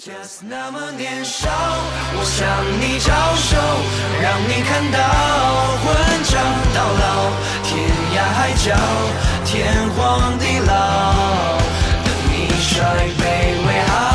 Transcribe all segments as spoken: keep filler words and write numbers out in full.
Just 那么年少，我向你招手，让你看到混账到老，天涯海角，天荒地老，等你摔杯为好。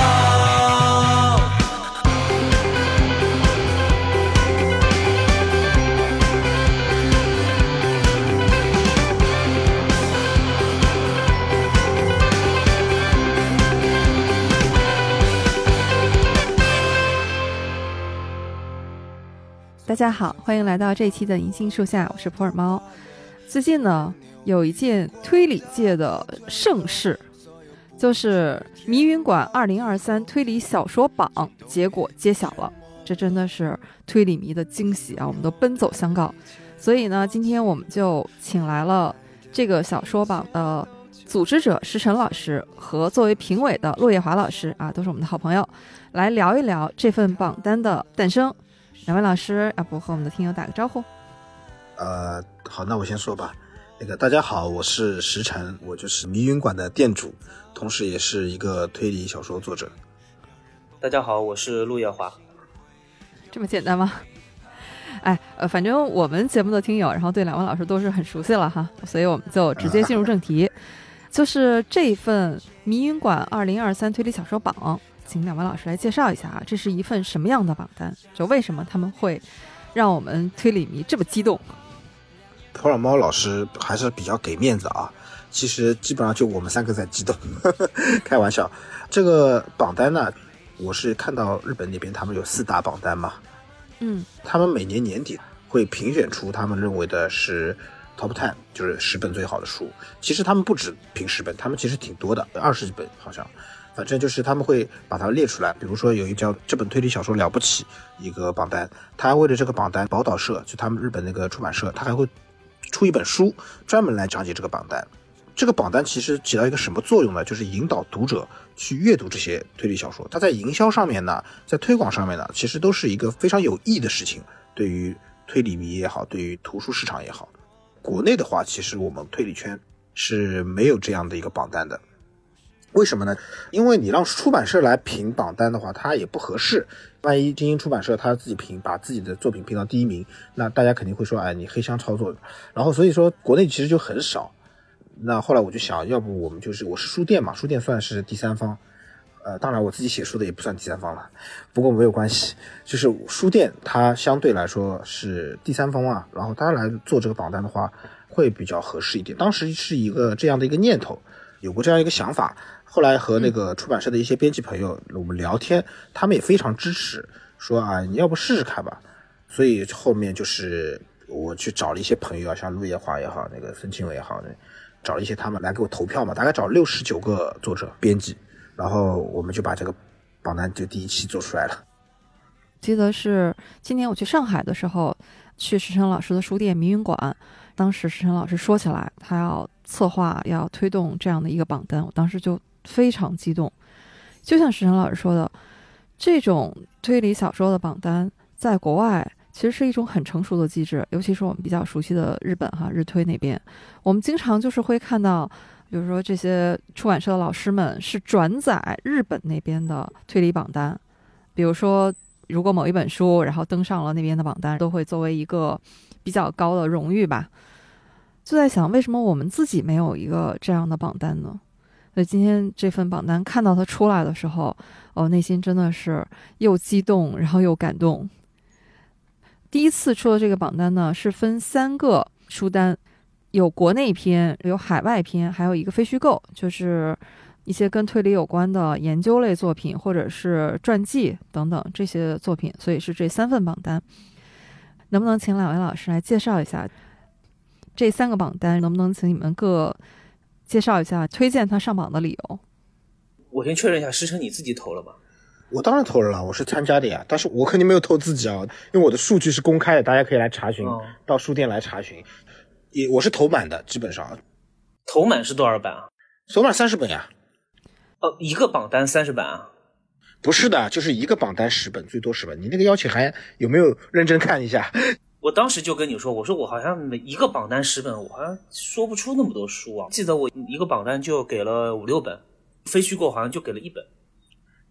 大家好，欢迎来到这一期的银杏树下，我是普洱猫。最近呢，有一件推理界的盛事，就是迷云馆二零二三推理小说榜结果揭晓了，这真的是推理迷的惊喜啊！我们都奔走相告。所以呢，今天我们就请来了这个小说榜的组织者石晨老师和作为评委的陆叶华老师啊，都是我们的好朋友，来聊一聊这份榜单的诞生。两位老师，要不和我们的听友打个招呼？ 呃，好，那我先说吧。那个大家好，我是石晨，我就是迷云馆的店主，同时也是一个推理小说作者。 大家好，我是陆叶华。 这么简单吗？哎，呃，反正我们节目的听友，然后对两位老师都是很熟悉了哈，所以我们就直接进入正题，就是这一份迷云馆二零二三推理小说榜。请两位老师来介绍一下啊，这是一份什么样的榜单？就为什么他们会让我们推理迷这么激动？ 普洱猫老师还是比较给面子啊，其实基本上就我们三个在激动，开玩笑。这个榜单呢，我是看到日本那边他们有四大榜单嘛， 嗯， 他们每年年底会评选出他们认为的是 top ten， 就是十本最好的书。其实他们不止评十本，他们其实挺多的，二十几本好像。反正就是他们会把它列出来，比如说有一叫这本推理小说了不起一个榜单，他还为了这个榜单，宝岛社就他们日本那个出版社，他还会出一本书专门来讲解这个榜单。这个榜单其实起到一个什么作用呢？就是引导读者去阅读这些推理小说。它在营销上面呢，在推广上面呢，其实都是一个非常有益的事情，对于推理迷也好，对于图书市场也好。国内的话，其实我们推理圈是没有这样的一个榜单的。为什么呢？因为你让出版社来评榜单的话，它也不合适。万一精英出版社他自己评，把自己的作品评到第一名，那大家肯定会说，哎，你黑箱操作。然后所以说国内其实就很少。那后来我就想，要不我们就是我是书店嘛，书店算是第三方。呃，当然我自己写书的也不算第三方了，不过没有关系，就是书店它相对来说是第三方啊，然后它来做这个榜单的话，会比较合适一点。当时是一个这样的一个念头，有过这样一个想法。后来和那个出版社的一些编辑朋友我们聊天，他们也非常支持，说啊，你要不试试看吧。所以后面就是我去找了一些朋友啊，像陆叶华也好，那个孙庆伟也好，找了一些他们来给我投票嘛，大概找六十九个作者编辑，然后我们就把这个榜单就第一期做出来了。 记得是今年我去上海的时候，去石晨老师的书店迷云馆，当时石晨老师说起来他要策划要推动这样的一个榜单，我当时就非常激动。就像石晨老师说的，这种推理小说的榜单在国外其实是一种很成熟的机制，尤其是我们比较熟悉的日本哈日推那边，我们经常就是会看到比如说这些出版社的老师们是转载日本那边的推理榜单，比如说如果某一本书然后登上了那边的榜单，都会作为一个比较高的荣誉吧。就在想为什么我们自己没有一个这样的榜单呢？所以今天这份榜单看到它出来的时候，我内心真的是又激动然后又感动。第一次出的这个榜单呢，是分三个书单，有国内篇，有海外篇，还有一个非虚构，就是一些跟推理有关的研究类作品或者是传记等等这些作品，所以是这三份榜单。能不能请两位老师来介绍一下这三个榜单？能不能请你们各介绍一下推荐它上榜的理由？ 我先确认一下，石晨你自己投了吗？ 我当然投了，我是参加的呀，但是我肯定没有投自己啊，因为我的数据是公开的，大家可以来查询，哦、到书店来查询。也我是投满的，基本上。 投满是多少版啊？ 投满三十本呀。 哦，一个榜单三十版啊？ 不是的，就是一个榜单十本，最多十本。你那个邀请函有没有认真看一下？ 我当时就跟你说，我说我好像每一个榜单十本，我好像说不出那么多书啊。记得我一个榜单就给了五六本，非虚构好像就给了一本。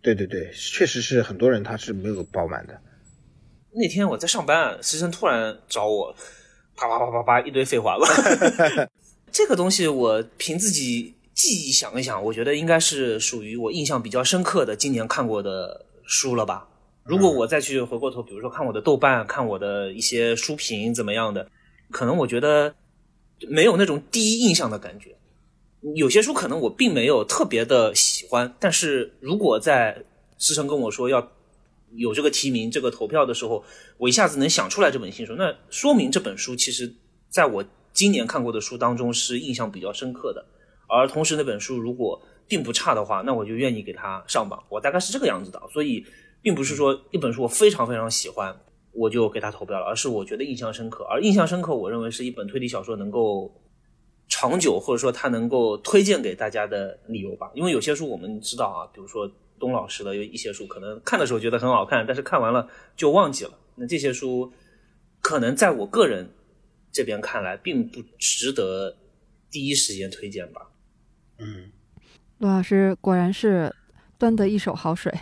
对对对，确实是很多人他是没有包满的。 那天我在上班，石晨突然找我，啪啪啪啪啪一堆废话吧。这个东西我凭自己记忆想一想，我觉得应该是属于我印象比较深刻的今年看过的书了吧。如果我再去回过头，比如说看我的豆瓣，看我的一些书评怎么样的，可能我觉得没有那种第一印象的感觉。有些书可能我并没有特别的喜欢，但是如果在师承跟我说要有这个提名这个投票的时候，我一下子能想出来这本新书，那说明这本书其实在我今年看过的书当中是印象比较深刻的。而同时那本书如果并不差的话，那我就愿意给它上榜，我大概是这个样子的。所以并不是说一本书我非常非常喜欢我就给它投票了，而是我觉得印象深刻。而印象深刻我认为是一本推理小说能够长久，或者说它能够推荐给大家的理由吧。因为有些书我们知道啊，比如说东老师的有一些书可能看的时候觉得很好看，但是看完了就忘记了，那这些书可能在我个人这边看来并不值得第一时间推荐吧。 嗯， 陆老师果然是端得一手好水。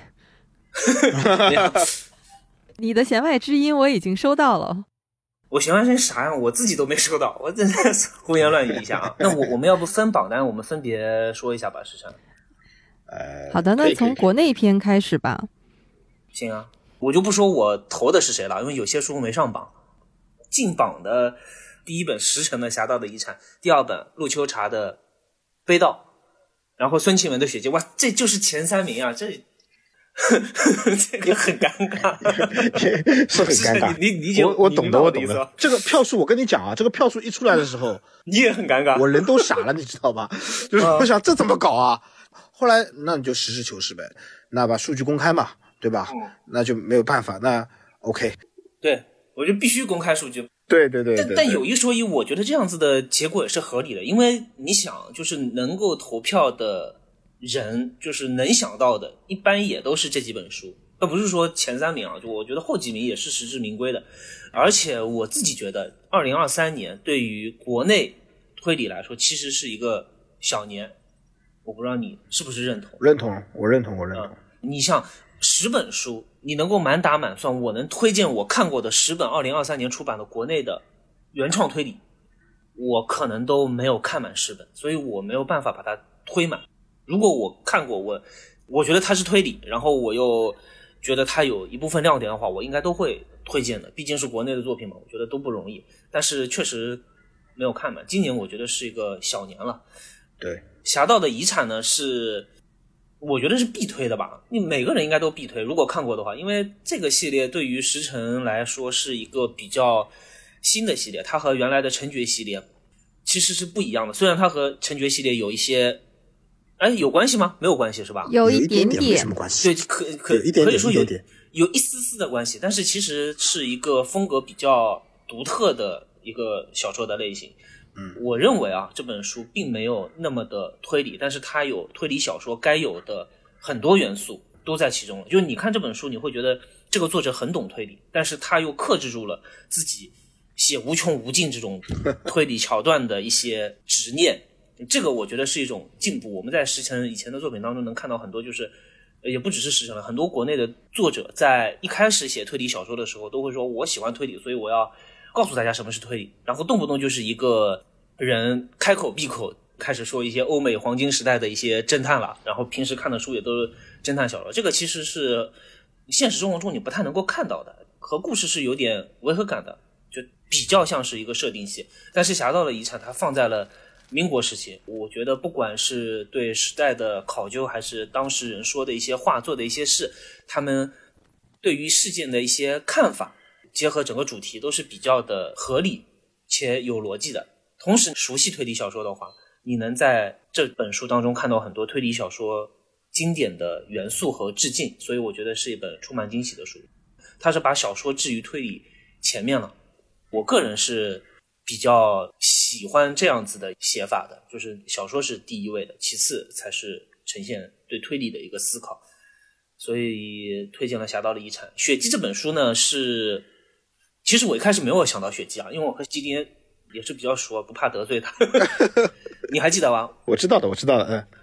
你的弦外之音我已经收到了。 我弦外之音啥样我自己都没收到，我真的胡言乱语一下啊。那我我们要不分榜单我们分别说一下吧，时辰。 呃， 好的，那从国内篇开始吧。 行啊，我就不说我投的是谁了，因为有些书没上榜。进榜的第一本石辰的《侠盗的遗产》，第二本陆秋茶的《飞盗》，然后孙庆文的《血迹》，哇，这就是前三名啊！这这个很尴尬， 是很尴尬。 你你理解我我懂得，我懂得。 这个票数我跟你讲啊，这个票数一出来的时候， 你也很尴尬， 我人都傻了，你知道吧？就是我想这怎么搞啊？后来那你就实事求是呗，那把数据公开嘛，对吧？嗯、那就没有办法，那 OK。 对，我就必须公开数据。 对对 对, 对, 对。 但但有一说一，我觉得这样子的结果也是合理的，因为你想，就是能够投票的人，就是能想到的，一般也都是这几本书，而不是说前三名啊。就我觉得后几名也是实至名归的。而且我自己觉得，二零二三年对于国内推理来说，其实是一个小年。我不知道你是不是认同？ 认同，我认同，我认同。 嗯、你像十本书，你能够满打满算，我能推荐我看过的十本二零二三年出版的国内的原创推理，我可能都没有看满十本，所以我没有办法把它推满。如果我看过，我我觉得它是推理，然后我又觉得它有一部分亮点的话，我应该都会推荐的，毕竟是国内的作品嘛，我觉得都不容易。但是确实没有看满，今年我觉得是一个小年了。 对， 侠盗的遗产呢是我觉得是必推的吧，你每个人应该都必推，如果看过的话，因为这个系列对于石辰来说是一个比较新的系列，它和原来的陈爵系列其实是不一样的，虽然它和陈爵系列有一些哎有关系吗？没有关系是吧？ 有一点点， 没什么关系。 对，可可一点点可以说有一点点有一丝丝的关系，但是其实是一个风格比较独特的一个小说的类型。嗯，我认为啊，这本书并没有那么的推理，但是它有推理小说该有的很多元素都在其中了。就是你看这本书，你会觉得这个作者很懂推理，但是他又克制住了自己写无穷无尽这种推理桥段的一些执念。这个我觉得是一种进步。我们在石辰以前的作品当中能看到很多，就是也不只是石辰了，很多国内的作者在一开始写推理小说的时候都会说，我喜欢推理，所以我要告诉大家什么是推理，然后动不动就是一个人开口闭口开始说一些欧美黄金时代的一些侦探了，然后平时看的书也都是侦探小说，这个其实是现实生活中你不太能够看到的，和故事是有点违和感的，就比较像是一个设定系。但是侠盗的遗产它放在了民国时期，我觉得不管是对时代的考究，还是当事人说的一些话做的一些事，他们对于事件的一些看法结合整个主题都是比较的合理且有逻辑的。同时熟悉推理小说的话，你能在这本书当中看到很多推理小说经典的元素和致敬，所以我觉得是一本充满惊喜的书。它是把小说置于推理前面了，我个人是比较喜欢这样子的写法的，就是小说是第一位的，其次才是呈现对推理的一个思考，所以推荐了《侠盗的遗产》。血迹这本书呢是，其实我一开始没有想到血迹啊，因为我和基丁也是比较熟，不怕得罪他。你还记得吗？ 我知道的，我知道的，嗯。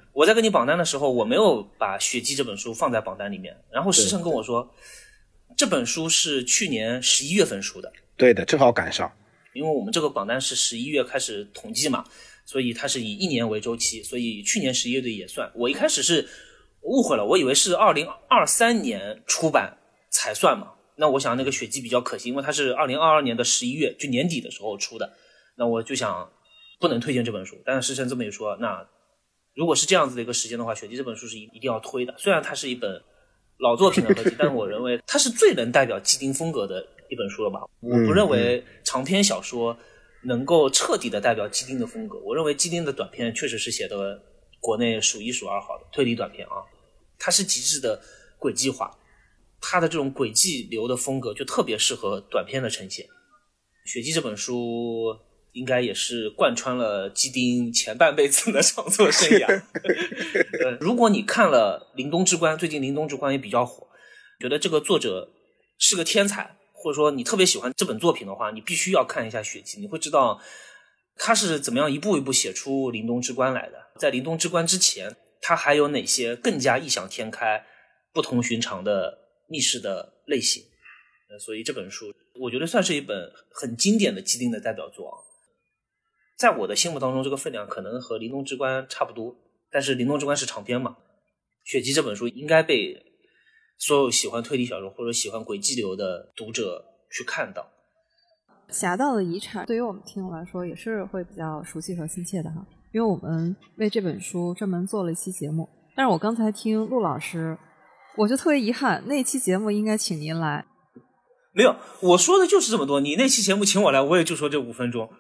我在跟你榜单的时候，我没有把《血迹》这本书放在榜单里面，然后石晨跟我说，这本书是去年十一月份出的。 对的，正好赶上。 因为我们这个榜单是十一月开始统计嘛，所以它是以一年为周期，所以去年十一月的也算。我一开始是误会了，我以为是二零二三年出版才算嘛。那我想那个《血迹》比较可惜，因为它是二零二二年的十一月，就年底的时候出的。那我就想不能推荐这本书，但是石晨这么一说，那如果是这样子的一个时间的话，《血迹》这本书是一定要推的。虽然它是一本老作品的合集，但是我认为它是最能代表基丁风格的一本书了吧。我不认为长篇小说能够彻底的代表基丁的风格，我认为基丁的短篇确实是写的国内数一数二好的推理短篇啊，它是极致的轨迹化，它的这种轨迹流的风格就特别适合短篇的呈现。《血迹》这本书应该也是贯穿了基丁前半辈子的创作生涯。呃，如果你看了《林东之冠》，最近《林东之冠》也比较火，觉得这个作者是个天才，或者说你特别喜欢这本作品的话，你必须要看一下《血迹》，你会知道他是怎么样一步一步写出《林东之冠》来的。在《林东之冠》之前，他还有哪些更加异想天开、不同寻常的密室的类型？呃，所以这本书我觉得算是一本很经典的基丁的代表作啊。在我的心目当中，这个分量可能和《林东之冠》差不多，但是《林东之冠》是长篇嘛，《血迹》这本书应该被所有喜欢推理小说或者喜欢轨迹流的读者去看到。 侠盗的遗产对于我们听众来说也是会比较熟悉和亲切的哈，因为我们为这本书专门做了一期节目。但是我刚才听陆老师，我就特别遗憾，那期节目应该请您来。 没有，我说的就是这么多。你那期节目请我来，我也就说这五分钟，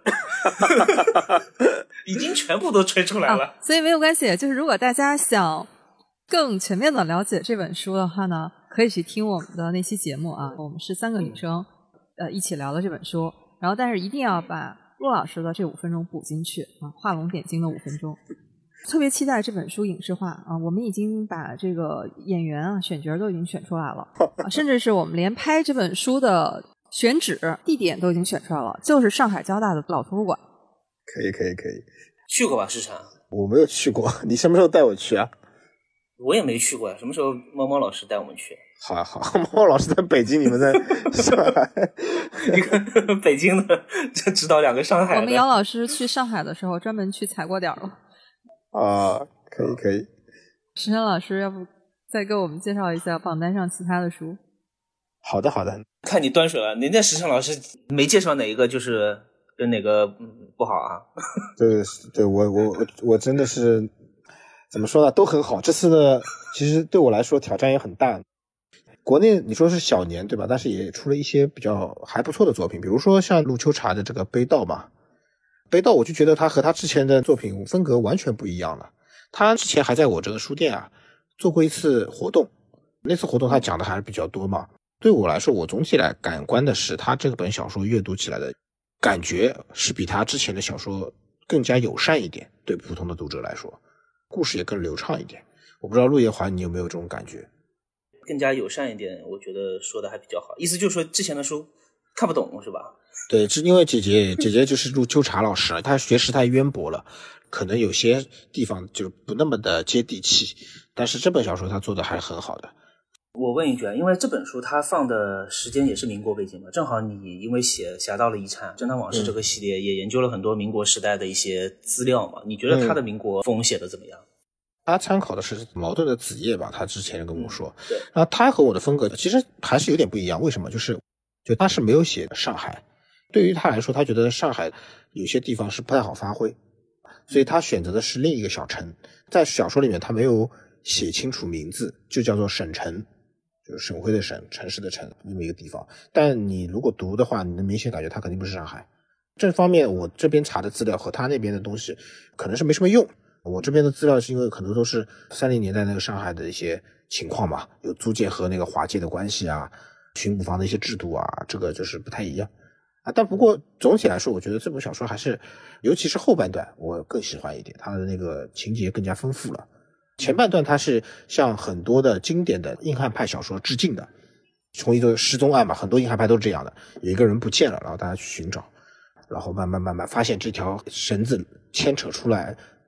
已经全部都吹出来了、 啊。所以没有关系，就是如果大家想更全面的了解这本书的话呢，可以去听我们的那期节目啊。我们是三个女生，呃，一起聊了这本书。然后，但是一定要把陆老师的这五分钟补进去啊，画龙点睛的五分钟。特别期待这本书影视化啊！我们已经把这个演员啊、选角都已经选出来了，啊、甚至是我们连拍这本书的选址、地点都已经选出来了，就是上海交大的老图书馆。 可以，可以，可以。 去过吧，市场？ 我没有去过，你什么时候带我去啊？ 我也没去过呀，什么时候猫猫老师带我们去？ 好啊好，猫猫老师在北京，你们在上海。 一个北京的就指导两个上海的。 我们姚老师去上海的时候专门去踩过点了。 啊，可以可以。 石晨老师，要不再给我们介绍一下榜单上其他的书？ 好的好的。 看你端水了，人家石晨老师没介绍哪一个就是跟哪个不好啊？ 对对，我我我真的是怎么说呢，都很好。这次呢，其实对我来说挑战也很大。国内你说是小年对吧？但是也出了一些比较还不错的作品，比如说像陆秋茶的这个《悲道》嘛。悲道我就觉得他和他之前的作品风格完全不一样了。他之前还在我这个书店啊做过一次活动，那次活动他讲的还是比较多嘛。对我来说，我总体来感官的是他这本小说阅读起来的感觉是比他之前的小说更加友善一点，对普通的读者来说，故事也更流畅一点。我不知道陆夜华你有没有这种感觉？ 更加友善一点，我觉得说的还比较好。意思就是说之前的书看不懂是吧？ 对，是因为姐姐姐姐就是陆秋茶老师，她学识太渊博了，可能有些地方就不那么的接地气，但是这本小说她做的还是很好的。 我问一句啊，因为这本书它放的时间也是民国背景嘛，正好你因为写《侠盗的遗产》《侦探往事》这个系列、嗯、也研究了很多民国时代的一些资料嘛，你觉得他的民国风写的怎么样？ 他参考的是茅盾的子夜吧，他之前跟我说、 嗯、对， 然后他和我的风格其实还是有点不一样。为什么？就是就他是没有写上海，对于他来说他觉得上海有些地方是不太好发挥，所以他选择的是另一个小城。在小说里面他没有写清楚名字，就叫做省城，就是省会的省，城市的城，那么一个地方。但你如果读的话，你能明显感觉它肯定不是上海。这方面我这边查的资料和他那边的东西可能是没什么用。我这边的资料是因为很多都是三零年代那个上海的一些情况嘛，有租界和那个华界的关系啊，巡捕房的一些制度啊，这个就是不太一样啊。但不过总体来说，我觉得这本小说还是，尤其是后半段我更喜欢一点，它的那个情节更加丰富了。前半段它是向很多的经典的硬汉派小说致敬的，从一个失踪案嘛，很多硬汉派都是这样的，有一个人不见了，然后大家去寻找，然后慢慢慢慢发现这条绳子牵扯出来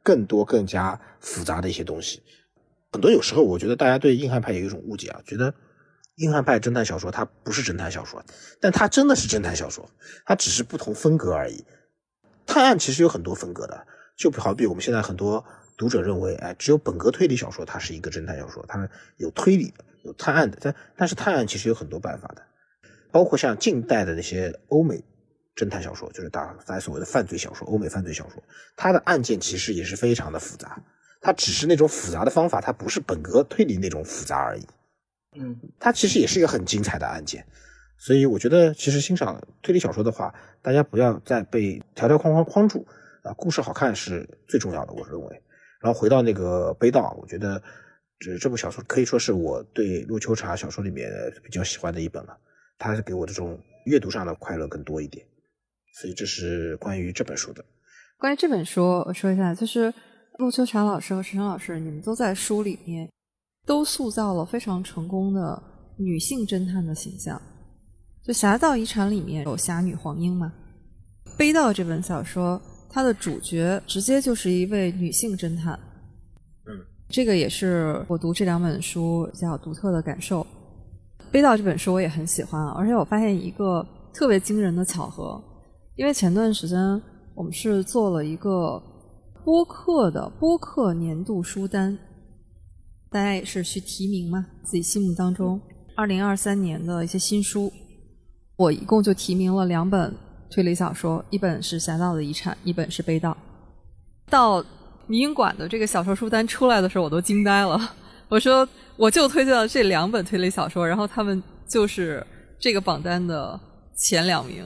更多更加复杂的一些东西。很多有时候我觉得大家对硬汉派有一种误解啊，觉得硬汉派侦探小说它不是侦探小说，但它真的是侦探小说，它只是不同风格而已。探案其实有很多风格的，就好比我们现在很多读者认为，哎，只有本格推理小说它是一个侦探小说，它有推理的，有探案的，但但是探案其实有很多办法的，包括像近代的那些欧美侦探小说，就是大家所谓的犯罪小说，欧美犯罪小说，它的案件其实也是非常的复杂，它只是那种复杂的方法，它不是本格推理那种复杂而已。 嗯， 它其实也是一个很精彩的案件。所以我觉得其实欣赏推理小说的话，大家不要再被条条框框框住啊，故事好看是最重要的，我认为。然后回到那个悲悼，我觉得这这部小说可以说是我对陆秋茶小说里面比较喜欢的一本了，它是给我这种阅读上的快乐更多一点。所以这是关于这本书的。 关于这本书我说一下，就是陆秋茶老师和石成老师，你们都在书里面都塑造了非常成功的女性侦探的形象。就《侠盗遗产》里面有侠女黄英嘛，《悲悼》这本小说它的主角直接就是一位女性侦探。 嗯， 这个也是我读这两本书比较独特的感受。《悲悼》这本书我也很喜欢，而且我发现一个特别惊人的巧合，因为前段时间我们是做了一个播客的播客年度书单，大家也是去提名嘛，自己心目当中二零二三年的一些新书。我一共就提名了两本推理小说，一本是《侠盗的遗产》，一本是《悲悼》。到迷影馆的这个小说书单出来的时候，我都惊呆了。我说我就推荐了这两本推理小说，然后他们就是这个榜单的前两名。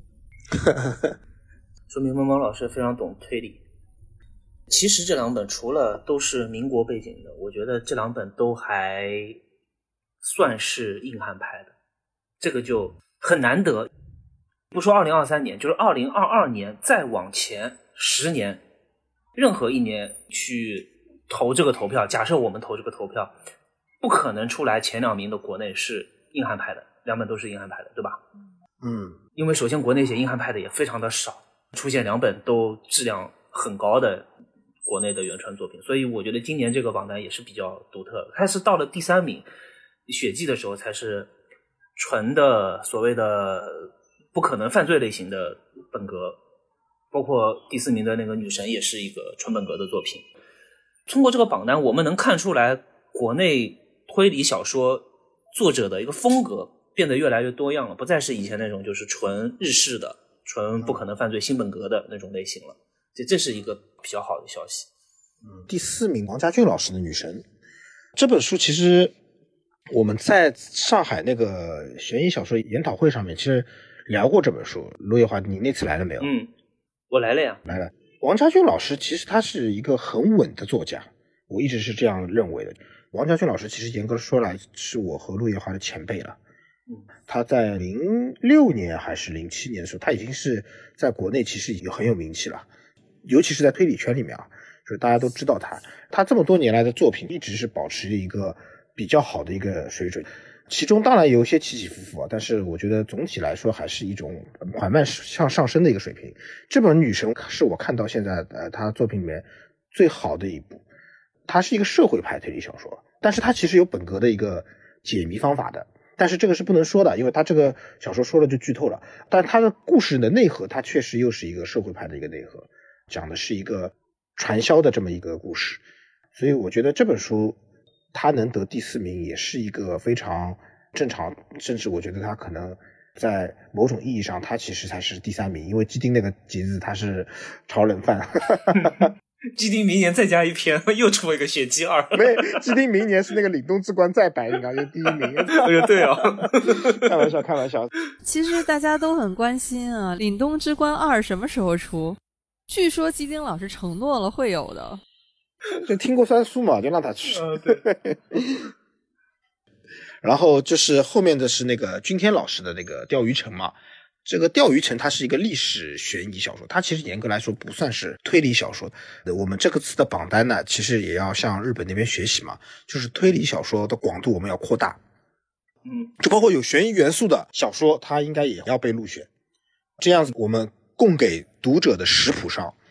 说明萌萌老师非常懂推理。其实这两本除了都是民国背景的，我觉得这两本都还算是硬汉派的，这个就很难得。不说二零二三年，就是二零二二年再往前十年，任何一年去投这个投票，假设我们投这个投票，不可能出来前两名的国内是硬汉派的，两本都是硬汉派的，对吧？ 嗯， 因为首先国内写硬汉派的也非常的少，出现两本都质量很高的国内的原创作品，所以我觉得今年这个榜单也是比较独特的。它是到了第三名血迹的时候才是纯的所谓的不可能犯罪类型的本格，包括第四名的那个女神也是一个纯本格的作品。通过这个榜单我们能看出来国内推理小说作者的一个风格变得越来越多样了，不再是以前那种就是纯日式的纯不可能犯罪新本格的那种类型了，这这是一个比较好的消息。 嗯，第四名王家俊老师的女神这本书，其实我们在上海那个悬疑小说研讨会上面其实聊过这本书。陆夜华，你那次来了没有？ 嗯，我来了呀。 来了。王家俊老师其实他是一个很稳的作家，我一直是这样认为的。王家俊老师其实严格说来是我和陆夜华的前辈了。 嗯， 他在零六年还是零七年的时候，他已经是在国内其实已经很有名气了，尤其是在推理圈里面啊，就是大家都知道他。他这么多年来的作品一直是保持一个比较好的一个水准，其中当然有一些起起伏伏啊，但是我觉得总体来说还是一种缓慢向上升的一个水平。这本女神是我看到现在呃他作品里面最好的一部，它是一个社会派推理小说，但是它其实有本格的一个解谜方法的。但是这个是不能说的，因为他这个小说说了就剧透了。但他的故事的内核，它确实又是一个社会派的一个内核，讲的是一个传销的这么一个故事。所以我觉得这本书它能得第四名也是一个非常正常，甚至我觉得它可能在某种意义上它其实才是第三名，因为基丁那个集子它是炒冷饭。 基丁明年再加一篇，又出了一个血迹二。 没，基丁明年是那个岭东之冠再白，应该就第一名。 哎呦，对啊， 开玩笑，开玩笑。 其实大家都很关心啊，岭东之冠二什么时候出？据说基丁老师承诺了会有的。 就听过三书嘛，就让他去。 呃，对。 然后就是后面的是那个君天老师的那个钓鱼城嘛。这个钓鱼城它是一个历史悬疑小说，它其实严格来说不算是推理小说。我们这个次的榜单呢，其实也要向日本那边学习嘛，就是推理小说的广度我们要扩大。 嗯， 就包括有悬疑元素的小说，它应该也要被入选。这样子我们供给读者的食谱上，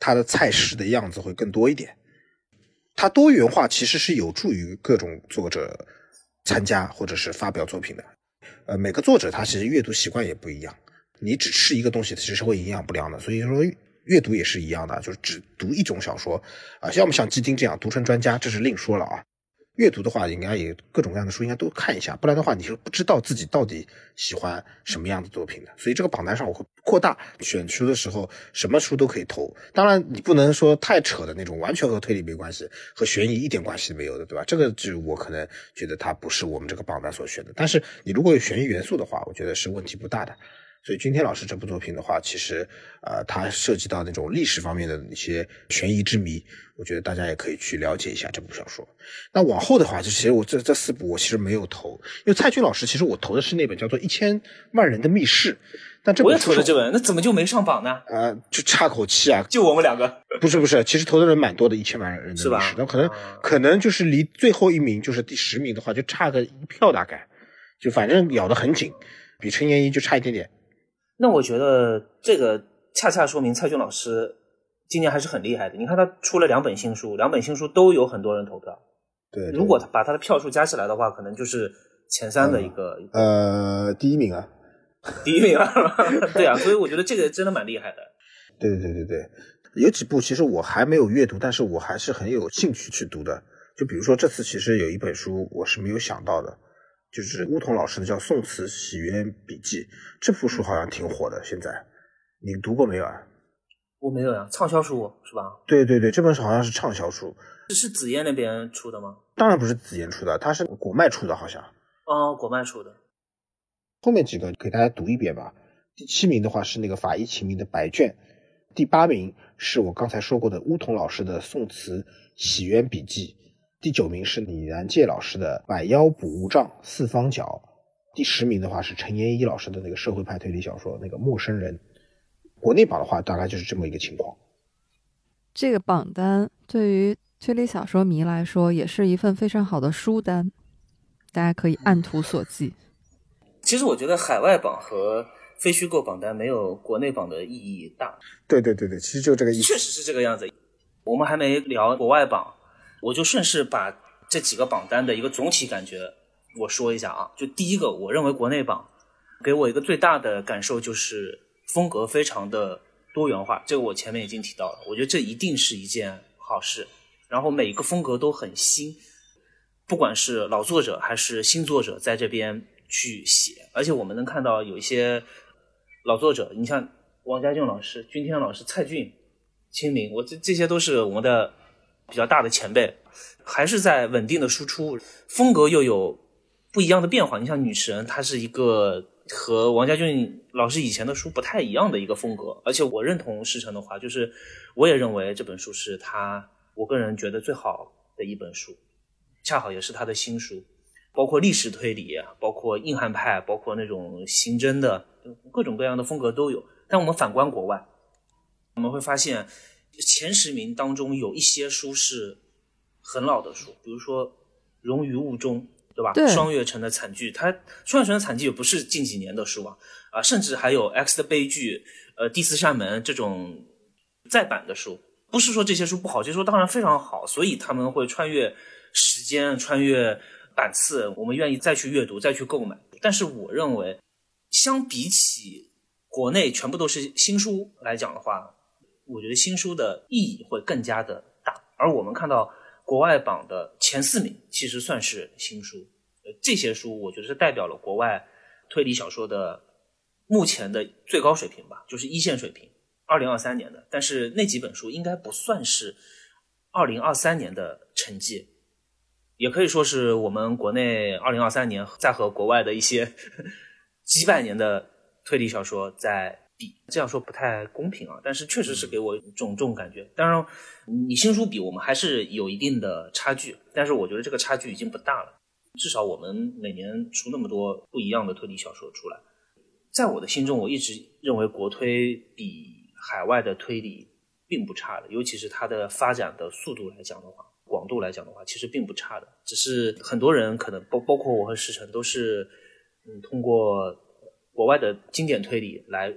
它的菜式的样子会更多一点。它多元化其实是有助于各种作者参加或者是发表作品的。呃，每个作者他其实阅读习惯也不一样，你只吃一个东西其实是会营养不良的，所以说阅读也是一样的，就是只读一种小说啊、呃，要么像基丁这样读成专家，这是另说了啊。阅读的话应该也各种各样的书应该都看一下，不然的话你是不知道自己到底喜欢什么样的作品的。所以这个榜单上我会扩大，选书的时候什么书都可以投，当然你不能说太扯的那种完全和推理没关系，和悬疑一点关系没有的，对吧？这个就我可能觉得它不是我们这个榜单所选的，但是你如果有悬疑元素的话，我觉得是问题不大的。所以君天老师这部作品的话，其实呃，它涉及到那种历史方面的一些悬疑之谜，我觉得大家也可以去了解一下这部小说。那往后的话，就其实我这这四部我其实没有投，因为蔡骏老师其实我投的是那本叫做《一千万人的密室》，但这本我也投了这本，那怎么就没上榜呢？ 呃，就差口气啊！ 就我们两个？ 不是不是，其实投的人蛮多的，一千万人的密室，那可能、啊、可能就是离最后一名就是第十名的话，就差个一票大概，就反正咬得很紧，比陈妍一就差一点点。 那我觉得这个恰恰说明蔡骏老师今年还是很厉害的。你看他出了两本新书，两本新书都有很多人投票。 对，对， 如果他把他的票数加起来的话，可能就是前三的一个。 呃，呃第一名啊， 第一名啊，对啊，所以我觉得这个真的蛮厉害的。 对对对对，有几部其实我还没有阅读，但是我还是很有兴趣去读的。就比如说这次其实有一本书我是没有想到的。就是乌桐老师的叫《宋词洗冤笔记》，这部书好像挺火的，现在你读过没有啊？ 我没有呀，畅销书是吧？ 对对对，这本好像是畅销书。 是紫燕那边出的吗？ 当然不是紫燕出的，它是果麦出的，好像。 哦，果麦出的。 后面几个给大家读一遍吧。第七名的话是那个法医秦明的《白卷》，第八名是我刚才说过的乌桐老师的《宋词洗冤笔记》。第九名是李然介老师的《百妖补无障四方角》，第十名的话是陈妍一老师的那个社会派推理小说那个《陌生人》。国内榜的话大概就是这么一个情况。 这个榜单对于推理小说迷来说也是一份非常好的书单，大家可以按图索骥。 其实我觉得海外榜和非虚构榜单没有国内榜的意义大。 对对对对，其实就这个意思。 确实是这个样子。我们还没聊国外榜，我就顺势把这几个榜单的一个总体感觉我说一下啊。就第一个，我认为国内榜给我一个最大的感受就是风格非常的多元化，这个我前面已经提到了，我觉得这一定是一件好事。然后每一个风格都很新，不管是老作者还是新作者在这边去写，而且我们能看到有一些老作者，你像王家俊老师、君天老师、蔡骏、清明，我这这些都是我们的比较大的前辈，还是在稳定的输出，风格又有不一样的变化。你像女神，它是一个和王家俊老师以前的书不太一样的一个风格，而且我认同石晨的话，就是我也认为这本书是他我个人觉得最好的一本书，恰好也是他的新书，包括历史推理，包括硬汉派，包括那种刑侦的，各种各样的风格都有。但我们反观国外，我们会发现前十名当中有一些书是很老的书，比如说《融于雾中》，对吧？ 对， 双月城的惨剧，它双月城的惨剧也不是近几年的书啊，啊，甚至还有 X 的悲剧，呃，第四扇门这种再版的书。不是说这些书不好，这些书当然非常好，所以他们会穿越时间，穿越版次，我们愿意再去阅读，再去购买。但是我认为，相比起国内全部都是新书来讲的话，我觉得新书的意义会更加的大。而我们看到国外榜的前四名其实算是新书，这些书我觉得是代表了国外推理小说的目前的最高水平吧，就是一线水平，二零二三年的。但是那几本书应该不算是二零二三年的成绩，也可以说是我们国内二零二三年在和国外的一些几百年的推理小说在比，这样说不太公平啊，但是确实是给我一种这种感觉。当然你新书比我们还是有一定的差距，但是我觉得这个差距已经不大了，至少我们每年出那么多不一样的推理小说出来。在我的心中，我一直认为国推比海外的推理并不差的，尤其是它的发展的速度来讲的话，广度来讲的话，其实并不差的。只是很多人可能包包括我和石晨都是嗯通过国外的经典推理来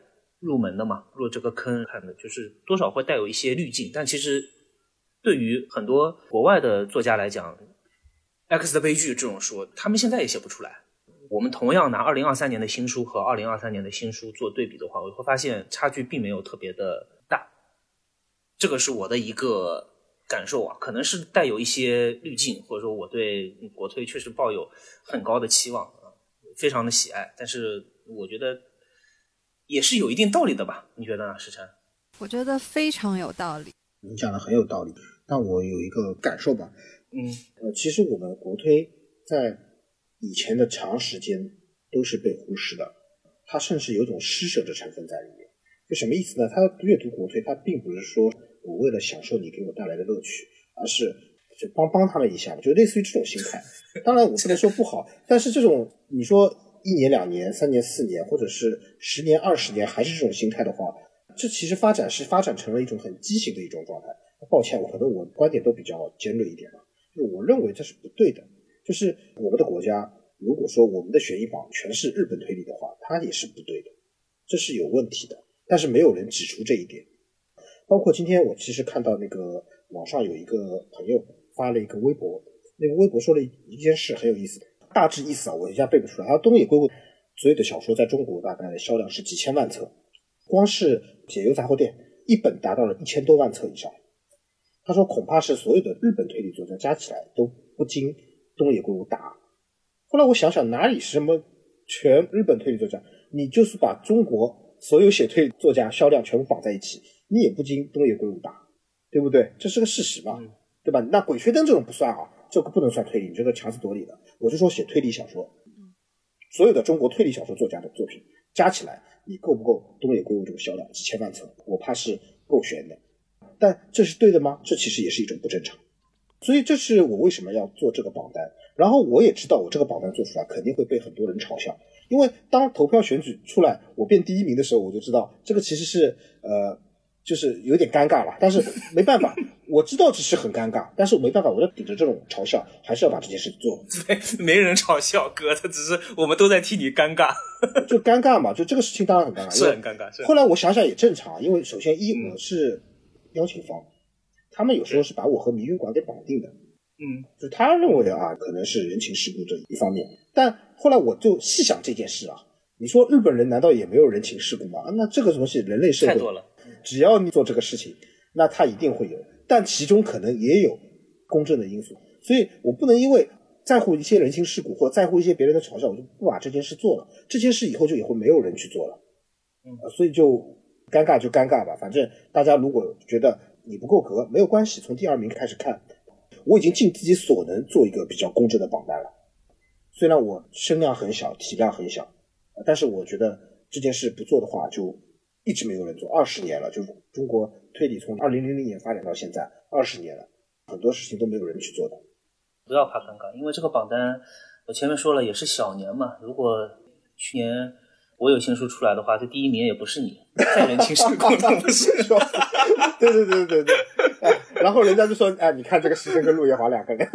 入门的嘛，入这个坑看的，就是多少会带有一些滤镜，但其实对于很多国外的作家来讲 X 的悲剧这种书他们现在也写不出来。我们同样拿二零二三年的新书和二零二三年的新书做对比的话，我会发现差距并没有特别的大，这个是我的一个感受啊，可能是带有一些滤镜，或者说我对国推确实抱有很高的期望啊，非常的喜爱，但是我觉得也是有一定道理的吧？你觉得呢，石晨？ 我觉得非常有道理。 你讲的很有道理，但我有一个感受吧， 嗯， 呃，其实我们国推在以前的长时间都是被忽视的，它甚至有种施舍的成分在里面。就什么意思呢？他阅读国推，他并不是说我为了享受你给我带来的乐趣，而是就帮帮他们一下，就类似于这种心态。当然我不能说不好，但是这种你说一年两年三年四年或者是十年二十年还是这种心态的话，这其实发展是发展成了一种很畸形的一种状态。抱歉，我可能我观点都比较尖锐一点吧，就是我认为这是不对的。就是我们的国家如果说我们的选一榜全是日本推理的话，它也是不对的，这是有问题的，但是没有人指出这一点。包括今天我其实看到那个网上有一个朋友发了一个微博，那个微博说了一件事很有意思，大致意思啊我一下背不出来。他东野圭吾所有的小说在中国大概销量是几千万册，光是解忧杂货店一本达到了一千多万册以上。他说恐怕是所有的日本推理作家加起来都不经东野圭吾打。后来我想想，哪里是什么全日本推理作家，你就是把中国所有写推理作家销量全部绑在一起，你也不经东野圭吾打，对不对？这是个事实嘛，嗯、对吧？那鬼吹灯这种不算啊，这个不能算推理，你这个强词夺理了。我就说写推理小说，所有的中国推理小说作家的作品加起来，你够不够东野圭吾这个销量几千万册？我怕是够悬的。但这是对的吗？这其实也是一种不正常。所以这是我为什么要做这个榜单。然后我也知道我这个榜单做出来肯定会被很多人嘲笑，因为当投票选举出来我变第一名的时候，我就知道这个其实是呃，就是有点尴尬了。但是没办法，我知道这是很尴尬，但是我没办法，我就顶着这种嘲笑还是要把这件事做。 没没人嘲笑哥，他只是我们都在替你尴尬。 就尴尬嘛，就这个事情当然很尴尬， 是很尴尬。 后来我想想也正常，因为首先一我是邀请方，他们有时候是把我和迷云馆给绑定的。 嗯， 就他认为啊，可能是人情世故这一方面，但后来我就细想这件事啊，你说日本人难道也没有人情世故吗？那这个东西人类社会太多了， 只要你做这个事情，那他一定会有，但其中可能也有公正的因素，所以我不能因为在乎一些人情世故或在乎一些别人的嘲笑，我就不把这件事做了，这件事以后就以后没有人去做了，嗯，所以就尴尬就尴尬吧，反正大家如果觉得你不够格没有关系，从第二名开始看。我已经尽自己所能做一个比较公正的榜单了，虽然我声量很小体量很小，但是我觉得这件事不做的话就一直没有人做，二十年了，就是中国推理从二零零零年发展到现在二十年了，很多事情都没有人去做的。 不要怕尴尬，因为这个榜单我前面说了也是小年嘛，如果去年我有新书出来的话，这第一名也不是你，再人情世故都不是。 对对对对对，哎，然后人家就说，哎，你看这个石生跟陆夜华两个人。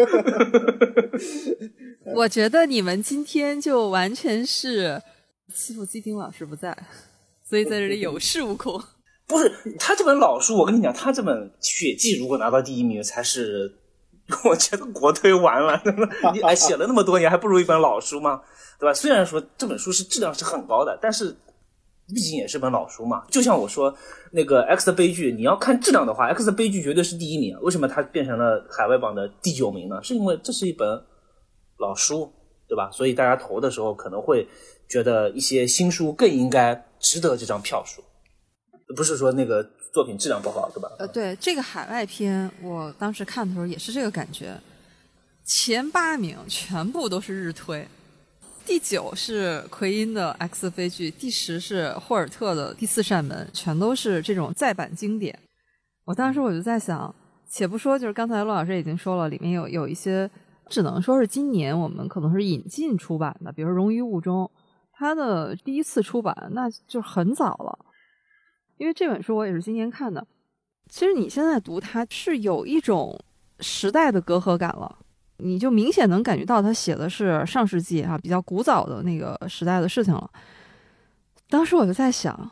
我觉得你们今天就完全是欺负基丁老师不在，所以在这里有恃无恐。 不是他这本老书，我跟你讲，他这本《血迹》如果拿到第一名，才是我觉得国推完了。你哎写了那么多年，还不如一本老书吗？对吧？虽然说这本书是质量是很高的，但是毕竟也是本老书嘛。就像我说那个 X 的悲剧，你要看质量的话 X 的悲剧绝对是第一名。为什么它变成了海外榜的第九名呢？是因为这是一本老书，对吧？所以大家投的时候可能会觉得一些新书更应该值得这张票数，不是说那个作品质量不好，对吧？ 呃，对，这个海外篇我当时看的时候也是这个感觉，前八名全部都是日推，第九是奎因的 X 悲剧，第十是霍尔特的第四扇门，全都是这种再版经典。我当时我就在想，且不说就是刚才陆老师已经说了，里面有有一些只能说是今年我们可能是引进出版的，比如《荣于雾中》，它的第一次出版那就很早了，因为这本书我也是今年看的。其实你现在读它是有一种时代的隔阂感了，你就明显能感觉到他写的是上世纪啊比较古早的那个时代的事情了。当时我就在想，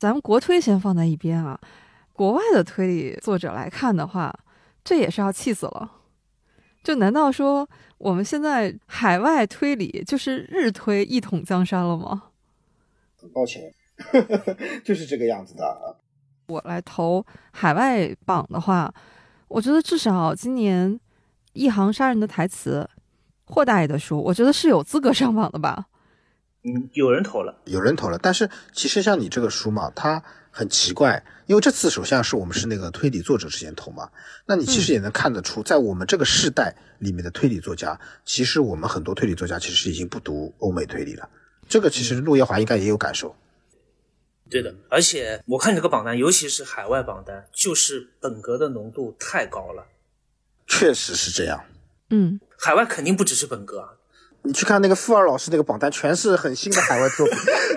咱们国推先放在一边啊，国外的推理作者来看的话，这也是要气死了。就难道说我们现在海外推理就是日推一统江山了吗？ 很抱歉就是这个样子的。 我来投海外榜的话，我觉得至少今年一行杀人的台词，霍大爷的书，我觉得是有资格上榜的吧。 嗯，有人投了， 有人投了，但是其实像你这个书嘛，它很奇怪，因为这次首先是我们是那个推理作者之间投嘛，那你其实也能看得出，在我们这个世代里面的推理作家，其实我们很多推理作家其实已经不读欧美推理了，这个其实陆夜华应该也有感受。 对的，而且我看这个榜单，尤其是海外榜单，就是本格的浓度太高了。 确实是这样。 嗯， 海外肯定不只是本格啊。 你去看那个傅二老师那个榜单，全是很新的海外作品。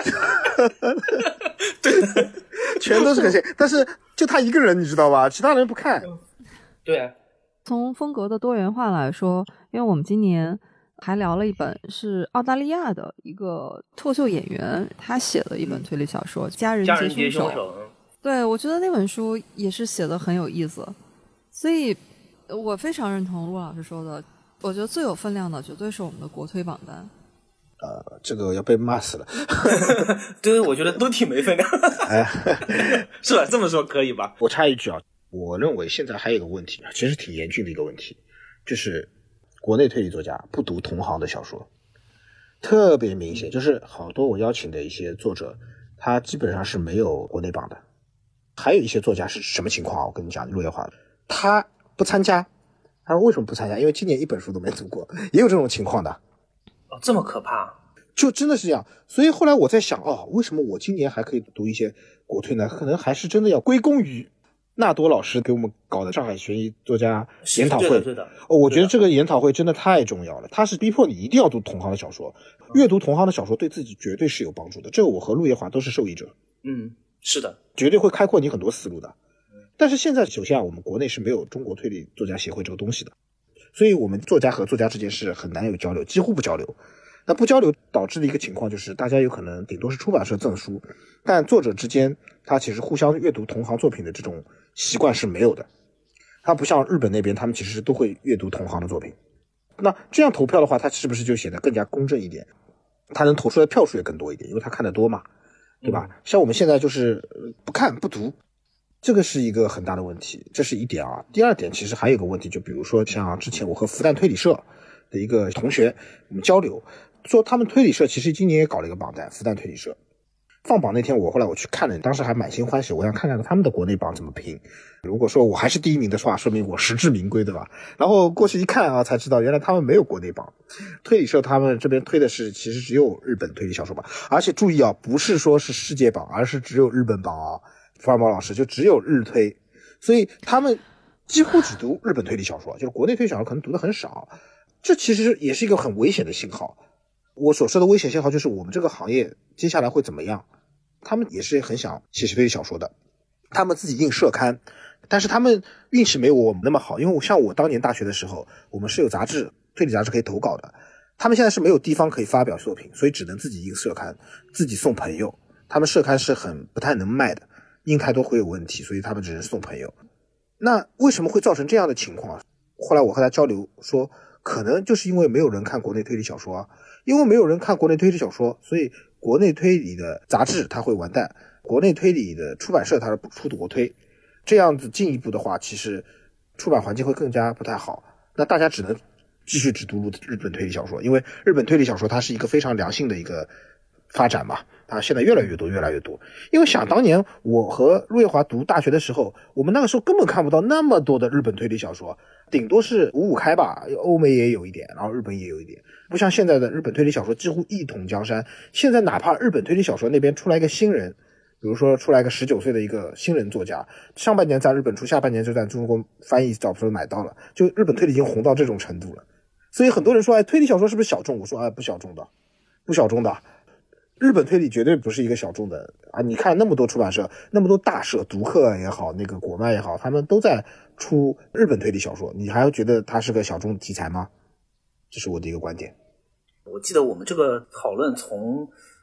对的， 全都是很新，但是就他一个人，你知道吧？其他人不看。 对啊。 从风格的多元化来说，因为我们今年还聊了一本是澳大利亚的一个脱口秀演员他写的一本推理小说《家人接凶手》。对，我觉得那本书也是写的很有意思，所以我非常认同陆老师说的，我觉得最有分量的绝对是我们的国推榜单。 呃，这个要被骂死了。 对，我觉得都挺没分量。是吧？这么说可以吧？ 我插一句啊，我认为现在还有一个问题，其实挺严峻的一个问题，就是国内推理作家不读同行的小说，特别明显，就是好多我邀请的一些作者，他基本上是没有国内榜的。还有一些作家是什么情况啊？我跟你讲，陆夜华他不参加，他说为什么不参加？因为今年一本书都没读过，也有这种情况的。 哦，这么可怕？ 就真的是这样。所以后来我在想，哦，为什么我今年还可以读一些国推呢？可能还是真的要归功于纳多老师给我们搞的上海悬疑作家研讨会。 对的，对的。 哦，我觉得这个研讨会真的太重要了，他是逼迫你一定要读同行的小说，阅读同行的小说对自己绝对是有帮助的。这个我和陆夜华都是受益者。 嗯，是的， 绝对会开阔你很多思路的。但是现在首先啊，我们国内是没有中国推理作家协会这个东西的，所以我们作家和作家之间是很难有交流，几乎不交流。那不交流导致的一个情况就是，大家有可能顶多是出版社赠书，但作者之间他其实互相阅读同行作品的这种习惯是没有的。他不像日本那边，他们其实都会阅读同行的作品。那这样投票的话，他是不是就显得更加公正一点？他能投出来的票数也更多一点，因为他看得多嘛，对吧？嗯、像我们现在就是不看不读，这个是一个很大的问题，这是一点啊。第二点，其实还有一个问题，就比如说像之前我和复旦推理社的一个同学我们交流，说他们推理社其实今年也搞了一个榜单，复旦推理社放榜那天，我后来我去看了，当时还满心欢喜，我想看看他们的国内榜怎么评。如果说我还是第一名的话，说明我实至名归，对吧？然后过去一看啊，才知道原来他们没有国内榜。推理社他们这边推的是其实只有日本推理小说榜，而且注意啊，不是说是世界榜，而是只有日本榜啊。福尔摩老师就只有日推，所以他们几乎只读日本推理小说，就是国内推理小说可能读的很少。这其实也是一个很危险的信号。我所说的危险信号就是我们这个行业接下来会怎么样。他们也是很想写推理小说的，他们自己印社刊，但是他们运气没有我们那么好，因为像我当年大学的时候，我们是有杂志，推理杂志可以投稿的，他们现在是没有地方可以发表作品，所以只能自己印社刊，自己送朋友。他们社刊是很不太能卖的，印太多会有问题，所以他们只能送朋友。那为什么会造成这样的情况？后来我和他交流说，可能就是因为没有人看国内推理小说啊，因为没有人看国内推理小说，所以国内推理的杂志它会完蛋，国内推理的出版社它是不出国推，这样子进一步的话，其实出版环境会更加不太好。那大家只能继续只读日本推理小说，因为日本推理小说它是一个非常良性的一个发展嘛，它现在越来越多越来越多。因为想当年我和陆夜华读大学的时候，我们那个时候根本看不到那么多的日本推理小说，顶多是五五开吧，欧美也有一点，然后日本也有一点，不像现在的日本推理小说几乎一统江山。现在哪怕日本推理小说那边出来一个新人，比如说出来一个十九岁的一个新人作家，上半年在日本出，下半年就在中国翻译找不着买到了，就日本推理已经红到这种程度了。所以很多人说，哎，推理小说是不是小众？我说，哎，不小众的，不小众的。日本推理绝对不是一个小众的啊！你看那么多出版社，那么多大社，读客也好，那个国漫也好，他们都在出日本推理小说，你还要觉得它是个小众题材吗？这是我的一个观点。 我记得我们这个讨论从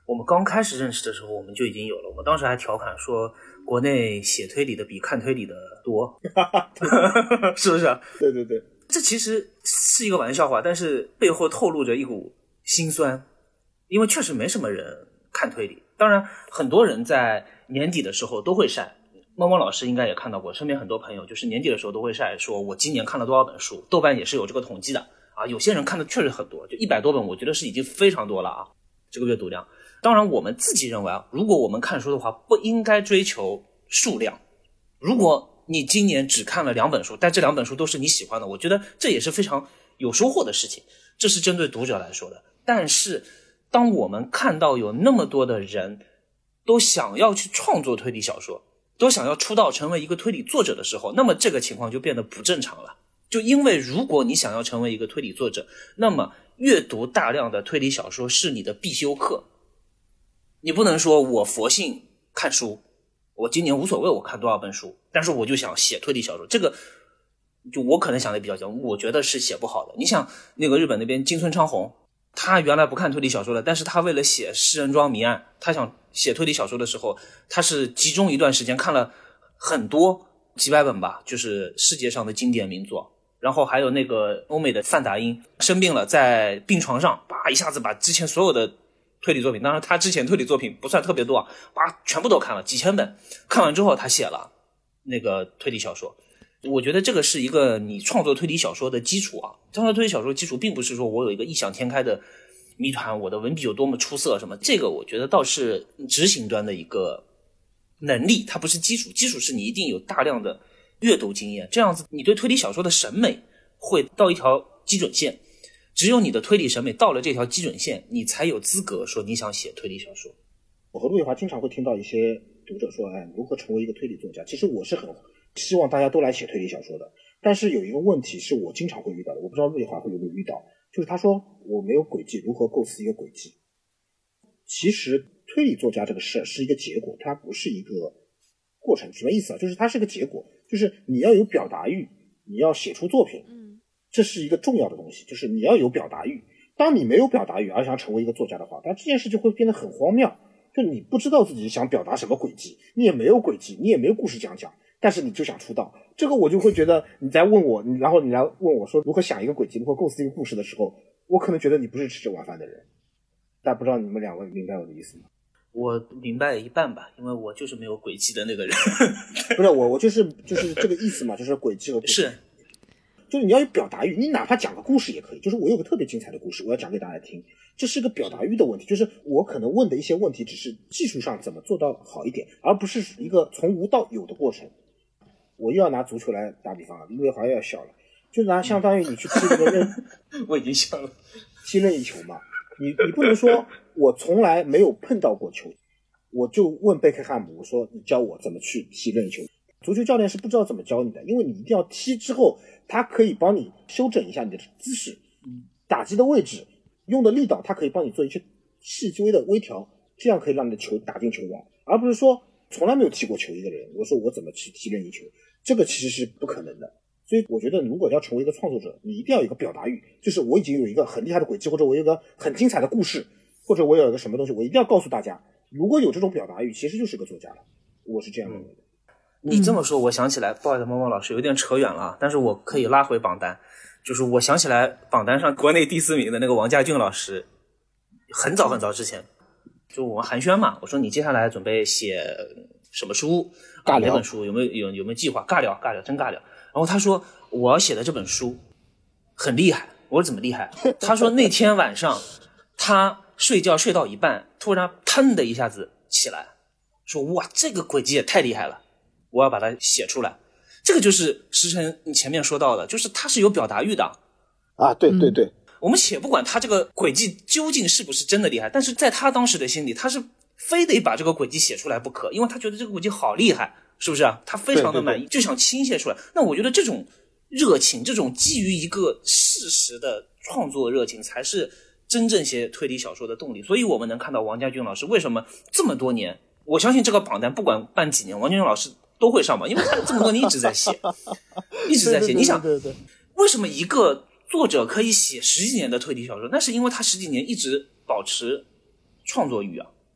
我们刚开始认识的时候我们就已经有了，我们当时还调侃说国内写推理的比看推理的多是不是啊？ 对对对， 这其实是一个玩笑话，但是背后透露着一股心酸，因为确实没什么人看推理。当然很多人在年底的时候都会晒，猫猫老师应该也看到过，身边很多朋友就是年底的时候都会晒说我今年看了多少本书，豆瓣也是有这个统计的啊，有些人看的确实很多，就一百多本，我觉得是已经非常多了啊，这个阅读量。当然我们自己认为啊，如果我们看书的话不应该追求数量，如果你今年只看了两本书，但这两本书都是你喜欢的，我觉得这也是非常有收获的事情，这是针对读者来说的。但是当我们看到有那么多的人都想要去创作推理小说，都想要出道成为一个推理作者的时候，那么这个情况就变得不正常了。就因为如果你想要成为一个推理作者，那么阅读大量的推理小说是你的必修课。你不能说我佛性看书，我今年无所谓我看多少本书，但是我就想写推理小说，这个就我可能想的比较强，我觉得是写不好的。你想那个日本那边金村昌宏，他原来不看推理小说的，但是他为了写诗人庄谜案，他想写推理小说的时候，他是集中一段时间看了很多几百本吧，就是世界上的经典名作。然后还有那个欧美的范达因生病了，在病床上叭一下子把之前所有的推理作品，当然他之前推理作品不算特别多啊，把全部都看了几千本，看完之后他写了那个推理小说。我觉得这个是一个你创作推理小说的基础啊。创作推理小说的基础并不是说我有一个异想天开的谜团，我的文笔有多么出色什么，这个我觉得倒是执行端的一个能力，它不是基础，基础是你一定有大量的阅读经验，这样子你对推理小说的审美会到一条基准线，只有你的推理审美到了这条基准线，你才有资格说你想写推理小说。 我和陆月华经常会听到一些读者说，哎，如何成为一个推理作家？其实我是很希望大家都来写推理小说的，但是有一个问题是我经常会遇到的，我不知道陆月华会有没有遇到，就是他说我没有轨迹，如何构思一个轨迹？其实推理作家这个事是一个结果，它不是一个过程。什么意思啊？就是它是个结果，就是你要有表达欲，你要写出作品，这是一个重要的东西，就是你要有表达欲。当你没有表达欲而想成为一个作家的话，那这件事就会变得很荒谬，就你不知道自己想表达什么轨迹，你也没有轨迹，你也没有故事讲讲，但是你就想出道。这个我就会觉得你在问我，你然后你来问我说如何想一个轨迹，如何构思一个故事的时候，我可能觉得你不是吃这碗饭的人。但不知道你们两位明白我的意思吗？ 我明白一半吧，因为我就是没有轨迹的那个人。 不是我，我就是就是这个意思嘛，就是轨迹和故事。 是， 就是你要有表达欲，你哪怕讲个故事也可以。就是我有个特别精彩的故事，我要讲给大家听，这是个表达欲的问题。就是我可能问的一些问题，只是技术上怎么做到好一点，而不是一个从无到有的过程。我又要拿足球来打比方了，陆月华又要笑了，就拿相当于你去踢这个任， 我已经笑了， 踢任意球嘛。你你不能说我从来没有碰到过球，我就问贝克汉姆，我说你教我怎么去踢任意球。足球教练是不知道怎么教你的，因为你一定要踢之后，他可以帮你修整一下你的姿势，打击的位置，用的力道，他可以帮你做一些细微的微调，这样可以让你的球打进球网，而不是说从来没有踢过球一个人，我说我怎么去踢任意球，这个其实是不可能的。所以我觉得如果要成为一个创作者，你一定要有一个表达欲，就是我已经有一个很厉害的轨迹，或者我有一个很精彩的故事，或者我有一个什么东西，我一定要告诉大家，如果有这种表达欲，其实就是个作家了。我是这样认为的。 你这么说我想起来，不好意思，猫猫老师有点扯远了，但是我可以拉回榜单，就是我想起来榜单上国内第四名的那个王家俊老师，很早很早之前就我们寒暄嘛，我说你接下来准备写什么书， 尬聊哪本书，有没有有有没有计划？尬聊尬聊真尬聊。然后他说我要写的这本书很厉害，我说怎么厉害？他说那天晚上他睡觉睡到一半，突然腾的一下子起来，说哇这个轨迹也太厉害了，我要把它写出来。这个就是石晨你前面说到的，就是他是有表达欲的啊，对对对、嗯、 我们且不管他这个轨迹究竟是不是真的厉害，但是在他当时的心里，他是非得把这个轨迹写出来不可，因为他觉得这个轨迹好厉害，是不是啊？他非常的满意，对对对，就想倾泻出来。那我觉得这种热情，这种基于一个事实的创作热情，才是真正写推理小说的动力。所以我们能看到王家俊老师为什么这么多年，我相信这个榜单不管办几年，王家俊老师都会上榜，因为他这么多年一直在写一直在写。你想为什么一个作者可以写十几年的推理小说？那是因为他十几年一直保持创作欲啊，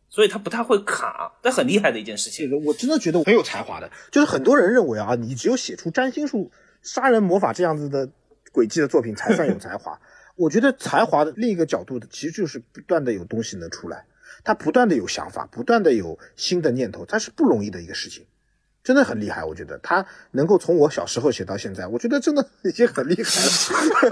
所以他不太会卡，这很厉害的一件事情。 我真的觉得很有才华的，就是很多人认为啊，你只有写出占星术、杀人魔法这样子的轨迹的作品才算有才华。我觉得才华的另一个角度的，其实就是不断的有东西能出来，他不断的有想法，不断的有新的念头，它是不容易的一个事情，真的很厉害。我觉得他能够从我小时候写到现在，我觉得真的已经很厉害了。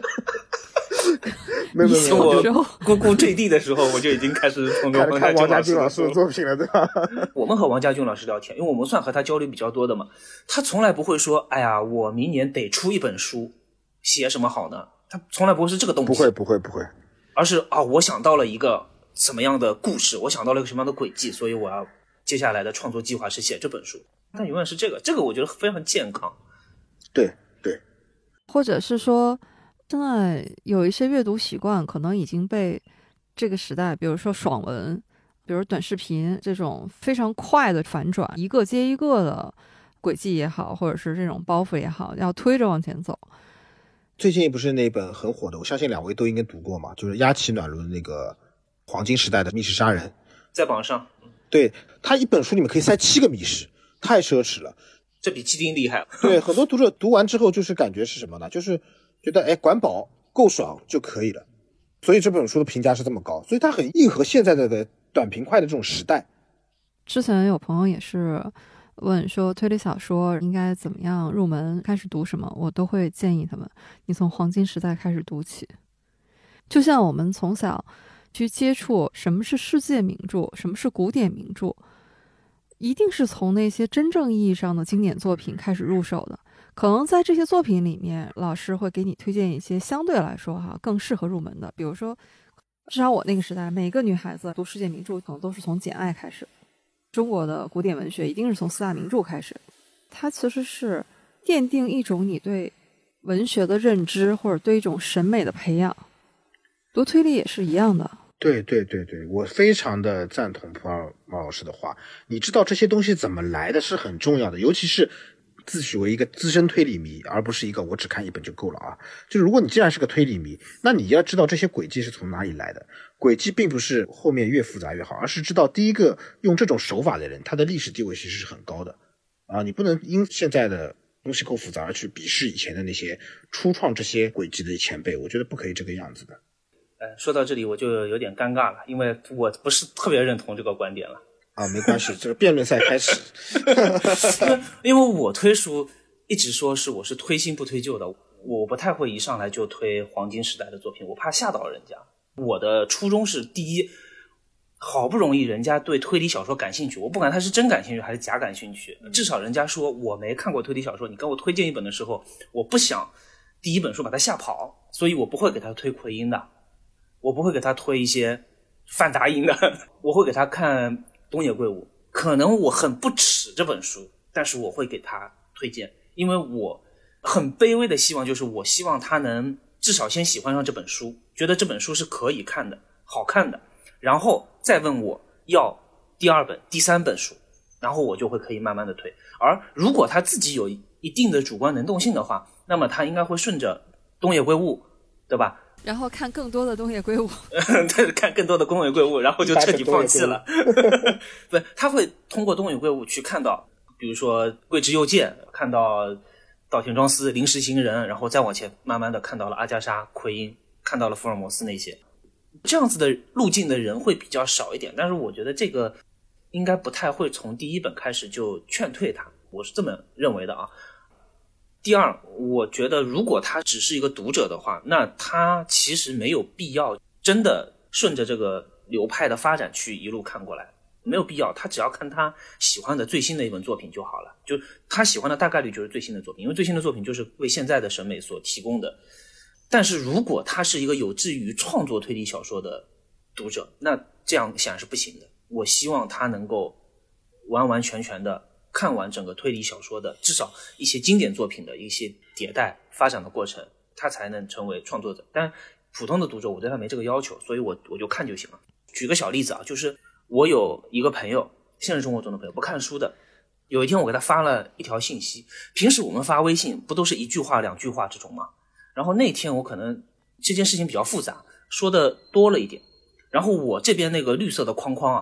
没有没有， 我姑姑坠地的时候，我就已经开始从看看王家军老师的作品了，对吧？ 我们和王家军老师聊天，因为我们算和他交流比较多的嘛，他从来不会说，哎呀，我明年得出一本书，写什么好呢？他从来不会是这个动机， 不会不会不会， 而是啊，我想到了一个什么样的故事，我想到了一个什么样的轨迹，所以我要接下来的创作计划是写这本书。但永远是这个，这个我觉得非常健康。 对对， 或者是说。现在有一些阅读习惯可能已经被这个时代，比如说爽文，比如短视频这种非常快的反转，一个接一个的轨迹也好，或者是这种包袱也好，要推着往前走。 最近不是那本很火的，我相信两位都应该读过嘛，就是鸭崎暖炉那个黄金时代的密室杀人， 在榜上。 对，他一本书里面可以塞七个密室，太奢侈了， 这比基丁厉害了。 对，很多读者读完之后就是感觉是什么呢？就是觉得哎，管饱够爽就可以了，所以这本书的评价是这么高，所以它很应和现在的短平快的这种时代。 之前有朋友也是问说推理小说应该怎么样入门，开始读什么，我都会建议他们，你从黄金时代开始读起。就像我们从小去接触什么是世界名著，什么是古典名著，一定是从那些真正意义上的经典作品开始入手的。可能在这些作品里面，老师会给你推荐一些相对来说哈更适合入门的，比如说，至少我那个时代，每个女孩子读世界名著可能都是从《简爱》开始。中国的古典文学一定是从四大名著开始，它其实是奠定一种你对文学的认知或者对一种审美的培养。读推理也是一样的。 对对对对，我非常的赞同普洱猫老师的话，你知道这些东西怎么来的是很重要的，尤其是自诩为一个资深推理迷，而不是一个我只看一本就够了啊。就如果你既然是个推理迷，那你要知道这些轨迹是从哪里来的。轨迹并不是后面越复杂越好，而是知道第一个用这种手法的人，他的历史地位其实是很高的啊。你不能因现在的东西够复杂而去鄙视以前的那些初创这些轨迹的前辈，我觉得不可以这个样子的。 哎，说到这里我就有点尴尬了，因为我不是特别认同这个观点了。 啊，没关系，这个辩论赛开始。 因为我推书一直说是我是推新不推旧的，我不太会一上来就推黄金时代的作品，我怕吓到人家。我的初衷是，第一，好不容易人家对推理小说感兴趣，我不管他是真感兴趣还是假感兴趣，至少人家说我没看过推理小说，你跟我推荐一本的时候，我不想第一本书把他吓跑，所以我不会给他推奎因的，我不会给他推一些范达因的，我会给他看东野圭吾。可能我很不耻这本书，但是我会给他推荐，因为我很卑微的希望，就是我希望他能至少先喜欢上这本书，觉得这本书是可以看的，好看的，然后再问我要第二本第三本书，然后我就会可以慢慢的推。而如果他自己有一定的主观能动性的话，那么他应该会顺着东野圭吾，对吧， 然后看更多的东野圭吾对，看更多的东野圭吾，然后就彻底放弃了。不，他会通过东野圭吾去看到，比如说桂之佑介，看到稻田庄司、临时行人，然后再往前慢慢的看到了阿加莎、奎因，看到了福尔摩斯那些。这样子的路径的人会比较少一点，但是我觉得这个应该不太会从第一本开始就劝退他，我是这么认为的啊。第二，我觉得如果他只是一个读者的话，那他其实没有必要真的顺着这个流派的发展去一路看过来，没有必要，他只要看他喜欢的最新的一本作品就好了，就他喜欢的大概率就是最新的作品，因为最新的作品就是为现在的审美所提供的。但是如果他是一个有志于创作推理小说的读者，那这样显然是不行的。我希望他能够完完全全的看完整个推理小说的至少一些经典作品的一些迭代发展的过程，他才能成为创作者。但普通的读者我对他没这个要求，所以我我就看就行了。举个小例子啊，就是我有一个朋友，现实生活中的朋友，不看书的，有一天我给他发了一条信息，平时我们发微信不都是一句话两句话这种吗？然后那天我可能这件事情比较复杂，说的多了一点，然后我这边那个绿色的框框啊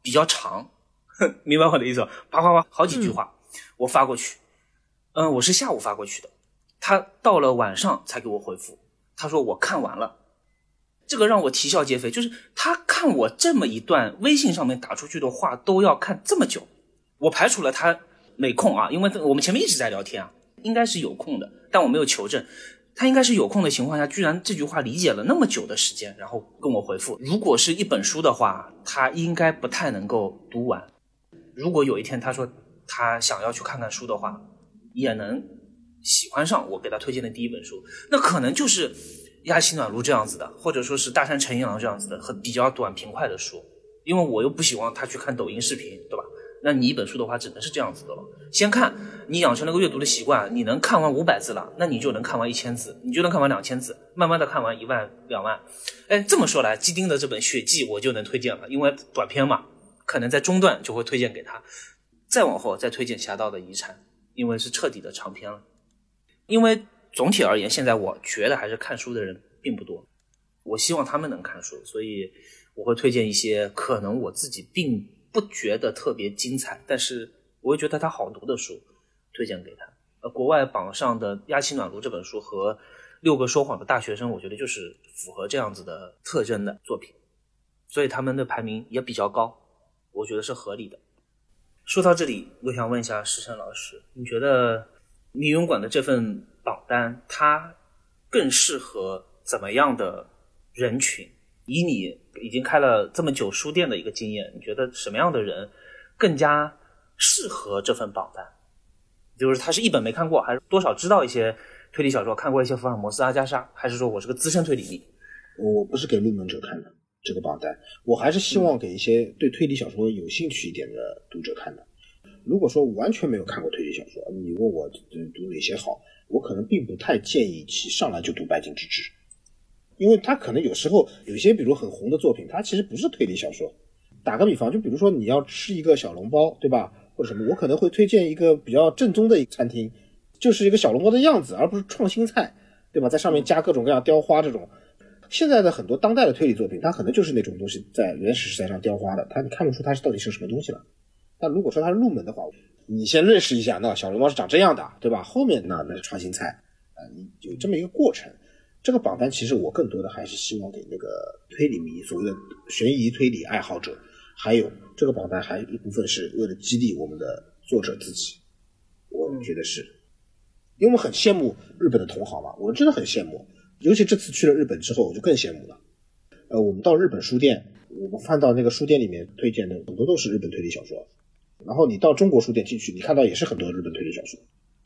比较长，明白我的意思吧？啪啪啪，好几句话，嗯、我发过去。嗯，我是下午发过去的，他到了晚上才给我回复。他说我看完了，这个让我啼笑皆非。就是他看我这么一段微信上面打出去的话都要看这么久，我排除了他没空啊，因为我们前面一直在聊天啊，应该是有空的，但我没有求证。他应该是有空的情况下，居然这句话理解了那么久的时间，然后跟我回复。如果是一本书的话，他应该不太能够读完。如果有一天他说他想要去看看书的话，也能喜欢上我给他推荐的第一本书，那可能就是鸭西暖炉这样子的，或者说是大山诚一郎这样子的，很比较短平快的书。因为我又不希望他去看抖音视频，对吧？那你一本书的话只能是这样子的了。先看，你养成了个阅读的习惯，你能看完五百字了，那你就能看完一千字，你就能看完两千字，慢慢的看完一万两万。哎，这么说来，基丁的这本《雪记》我就能推荐了，因为短篇嘛，可能在中段就会推荐给他，再往后再推荐侠盗的遗产，因为是彻底的长篇了。因为总体而言，现在我觉得还是看书的人并不多，我希望他们能看书，所以我会推荐一些可能我自己并不觉得特别精彩，但是我会觉得它好读的书推荐给他。呃，国外榜上的《鸭西暖炉》这本书和《六个说谎的大学生》，我觉得就是符合这样子的特征的作品，所以他们的排名也比较高，我觉得是合理的。说到这里，我想问一下石晨老师，你觉得迷云馆的这份榜单它更适合怎么样的人群？以你已经开了这么久书店的一个经验，你觉得什么样的人更加适合这份榜单？就是他是一本没看过，还是多少知道一些推理小说，看过一些福尔摩斯、阿加莎，还是说我是个资深推理迷？ 我不是给入门者看的这个榜单，我还是希望给一些对推理小说有兴趣一点的读者看的。如果说完全没有看过推理小说，你问我读哪些好，我可能并不太建议其上来就读白金之治，因为他可能有时候有些比如很红的作品，它其实不是推理小说。打个比方，就比如说你要吃一个小笼包，对吧？或者什么，我可能会推荐一个比较正宗的一个餐厅，就是一个小笼包的样子，而不是创新菜，对吧？在上面加各种各样雕花这种。现在的很多当代的推理作品，它可能就是那种东西在原始食材上雕花的，它你看不出它是到底是什么东西了。但如果说它是入门的话，你先认识一下，那小笼包是长这样的，对吧？后面那那是创新菜啊、呃，你有这么一个过程。这个榜单其实我更多的还是希望给那个推理迷，所谓的悬疑推理爱好者，还有这个榜单还有一部分是为了激励我们的作者自己。我觉得是，因为我们很羡慕日本的同行嘛，我真的很羡慕。尤其这次去了日本之后，我就更羡慕了。呃，我们到日本书店，我们翻到那个书店里面推荐的很多都是日本推理小说，然后你到中国书店进去，你看到也是很多日本推理小说。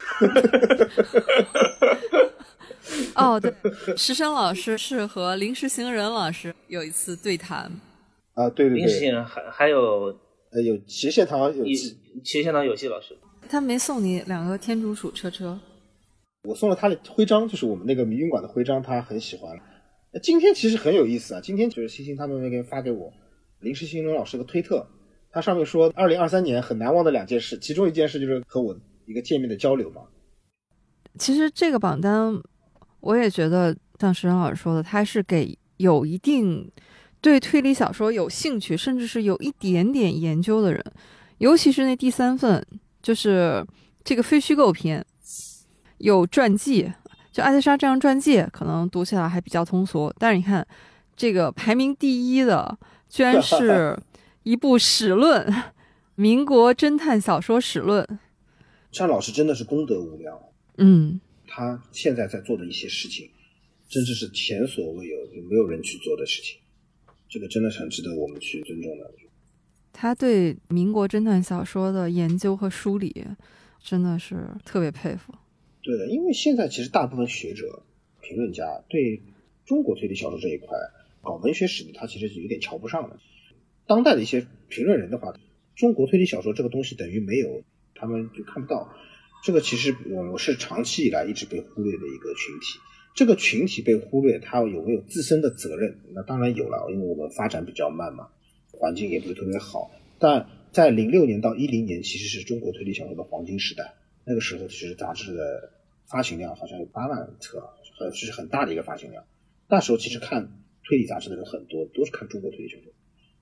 哦，对，石生老师是和临时行人老师有一次对谈啊，对对对， 临时行人还还有呃有斜线堂有斜线堂有戏老师， 他没送你两个天竺鼠车车？ 我送了他的徽章，就是我们那个迷云馆的徽章，他很喜欢。今天其实很有意思啊，今天就是星星他们那个发给我临时行人老师的推特，他上面说二零二三年很难忘的两件事，其中一件事就是和我一个见面的交流嘛。 其实这个榜单我也觉得像石老师说的，他是给有一定对推理小说有兴趣，甚至是有一点点研究的人，尤其是那第三份，就是这个非虚构篇，有传记，就阿加莎这样传记可能读起来还比较通俗，但是你看这个排名第一的居然是一部史论民国侦探小说史论。 trang老师真的是功德无量， 嗯， 他现在在做的一些事情真的是前所未有，没有人去做的事情，这个真的是很值得我们去尊重的。 他对民国侦探小说的研究和梳理真的是特别佩服。 对的，因为现在其实大部分学者评论家对中国推理小说这一块搞文学史的，他其实是有点瞧不上的。当代的一些评论人的话，中国推理小说这个东西等于没有，他们就看不到。这个其实我们是长期以来一直被忽略的一个群体，这个群体被忽略，它有没有自身的责任？那当然有了，因为我们发展比较慢嘛，环境也不是特别好。但在零六年到一零年，其实是中国推理小说的黄金时代。那个时候其实杂志的发行量好像有八万册，很是很大的一个发行量。那时候其实看推理杂志的人很多，都是看中国推理小说。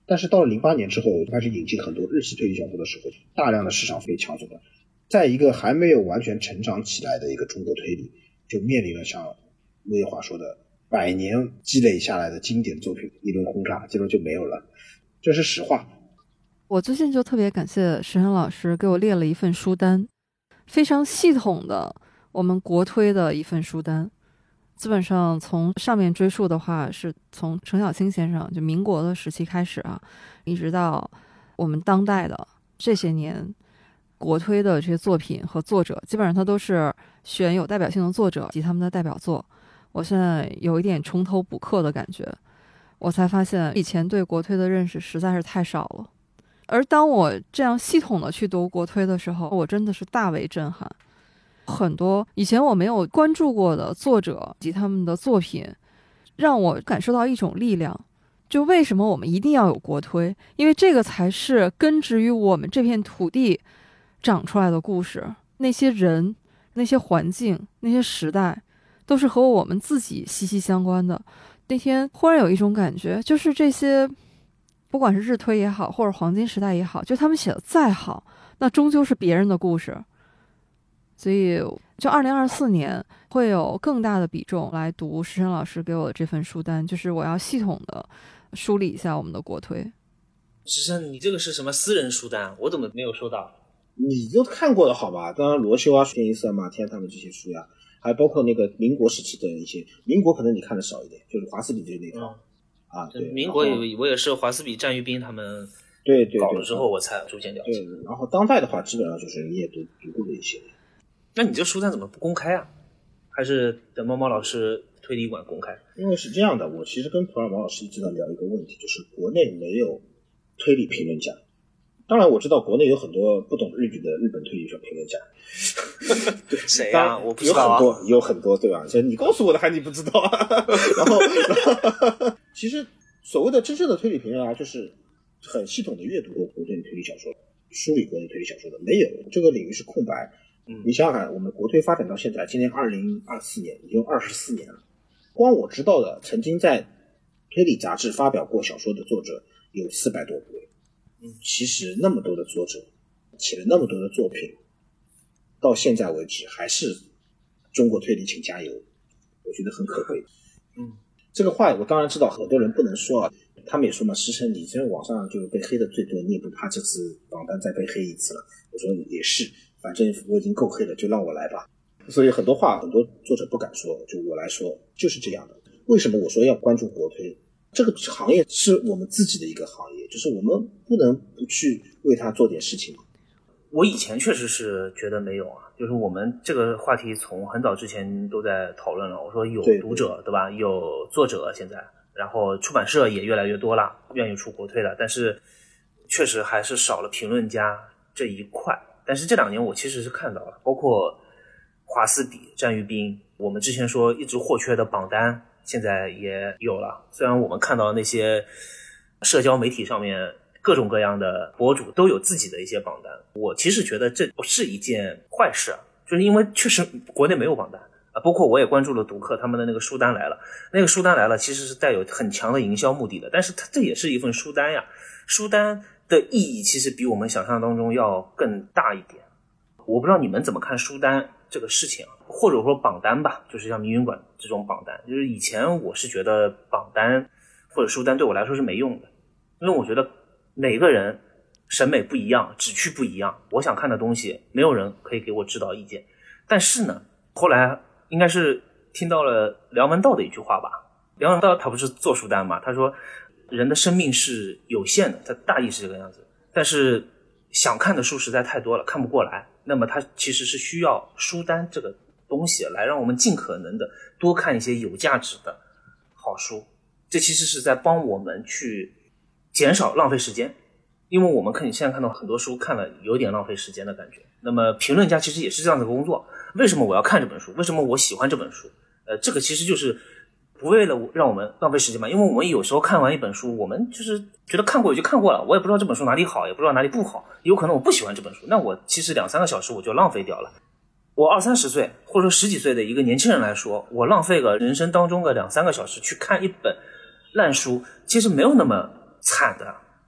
但是到了零八年之后，开始引进很多日系推理小说的时候，大量的市场被抢走了。在一个还没有完全成长起来的一个中国推理，就面临了像陆夜华说的百年积累下来的经典作品一轮轰炸，基本就没有了，这是实话。 我最近就特别感谢石恒老师给我列了一份书单，非常系统的我们国推的一份书单。基本上从上面追溯的话，是从程小青先生就民国的时期开始啊，一直到我们当代的这些年国推的这些作品和作者，基本上他都是选有代表性的作者及他们的代表作。我现在有一点从头补课的感觉，我才发现以前对国推的认识实在是太少了。而当我这样系统的去读国推的时候，我真的是大为震撼。很多以前我没有关注过的作者及他们的作品，让我感受到一种力量。就为什么我们一定要有国推？因为这个才是根植于我们这片土地长出来的故事，那些人、那些环境、那些时代，都是和我们自己息息相关的。那天忽然有一种感觉，就是这些不管是日推也好，或者黄金时代也好，就他们写的再好，那终究是别人的故事。所以就二零二四年会有更大的比重来读石恒老师给我的这份书单，就是我要系统的梳理一下我们的国推。 石生，你这个是什么私人书单？我怎么没有收到？ 你都看过的好吧？当然罗修啊、天一色、马天他们这些书呀，还包括那个民国时期的一些，民国可能你看的少一点，就是华斯比这那套、嗯、啊。对， 民国也我也是华斯比、战玉斌他们对对搞了之后我才逐渐了解。 对，然后当代的话，基本上就是你也读读过的一些。 那你这书单怎么不公开啊？还是等猫猫老师推理馆公开？ 因为是这样的，我其实跟普洱毛老师一直在聊一个问题，就是国内没有推理评论家。当然我知道国内有很多不懂日语的日本推理小评论家。 谁啊？我不知道啊。 有很多，有很多，对吧？你告诉我的还你不知道啊？然后，然后其实所谓的真正的推理评论家，就是很系统的阅读过国内推理小说，梳理国内推理小说的，没有，这个领域是空白。嗯，你想想看，我们国推发展到现在，今年二零二四年，已经二十四年了。光我知道的，曾经在推理杂志发表过小说的作者有四百多位。嗯，其实那么多的作者写了那么多的作品，到现在为止还是中国推理请加油，我觉得很可贵。嗯，这个话我当然知道很多人不能说啊，他们也说嘛，石成你这网上就被黑的最多，你也不怕这次榜单再被黑一次了。我说也是，反正我已经够黑了，就让我来吧。所以很多话很多作者不敢说，就我来说就是这样的。为什么我说要关注国推？这个行业是我们自己的一个行业，就是我们不能不去为它做点事情。 我以前确实是觉得没有啊，就是我们这个话题从很早之前都在讨论了。我说有读者 对, 对吧，有作者现在，然后出版社也越来越多了，愿意出国推了，但是确实还是少了评论家这一块。但是这两年我其实是看到了，包括华斯比、战玉斌，我们之前说一直或缺的榜单现在也有了。虽然我们看到那些社交媒体上面各种各样的博主都有自己的一些榜单，我其实觉得这不是一件坏事啊，就是因为确实国内没有榜单啊。包括我也关注了读客他们的那个书单来了，那个书单来了其实是带有很强的营销目的的，但是它这也是一份书单呀，书单的意义其实比我们想象当中要更大一点。我不知道你们怎么看书单这个事情啊，或者说榜单吧，就是像迷云馆这种榜单，就是以前我是觉得榜单或者书单对我来说是没用的，因为我觉得每个人审美不一样，旨趣不一样，我想看的东西没有人可以给我指导意见。但是呢，后来应该是听到了梁文道的一句话吧，梁文道他不是做书单嘛，他说人的生命是有限的，他大意是这个样子，但是想看的书实在太多了，看不过来，那么他其实是需要书单这个东西来让我们尽可能的多看一些有价值的好书，这其实是在帮我们去减少浪费时间，因为我们看现在看到很多书看了有点浪费时间的感觉。那么评论家其实也是这样的工作，为什么我要看这本书，为什么我喜欢这本书，呃，这个其实就是不为了让我们浪费时间嘛，因为我们有时候看完一本书，我们就是觉得看过也就看过了，我也不知道这本书哪里好，也不知道哪里不好，有可能我不喜欢这本书，那我其实两三个小时我就浪费掉了。我二三十岁或者说十几岁的一个年轻人来说，我浪费个人生当中的两三个小时去看一本烂书，其实没有那么惨的。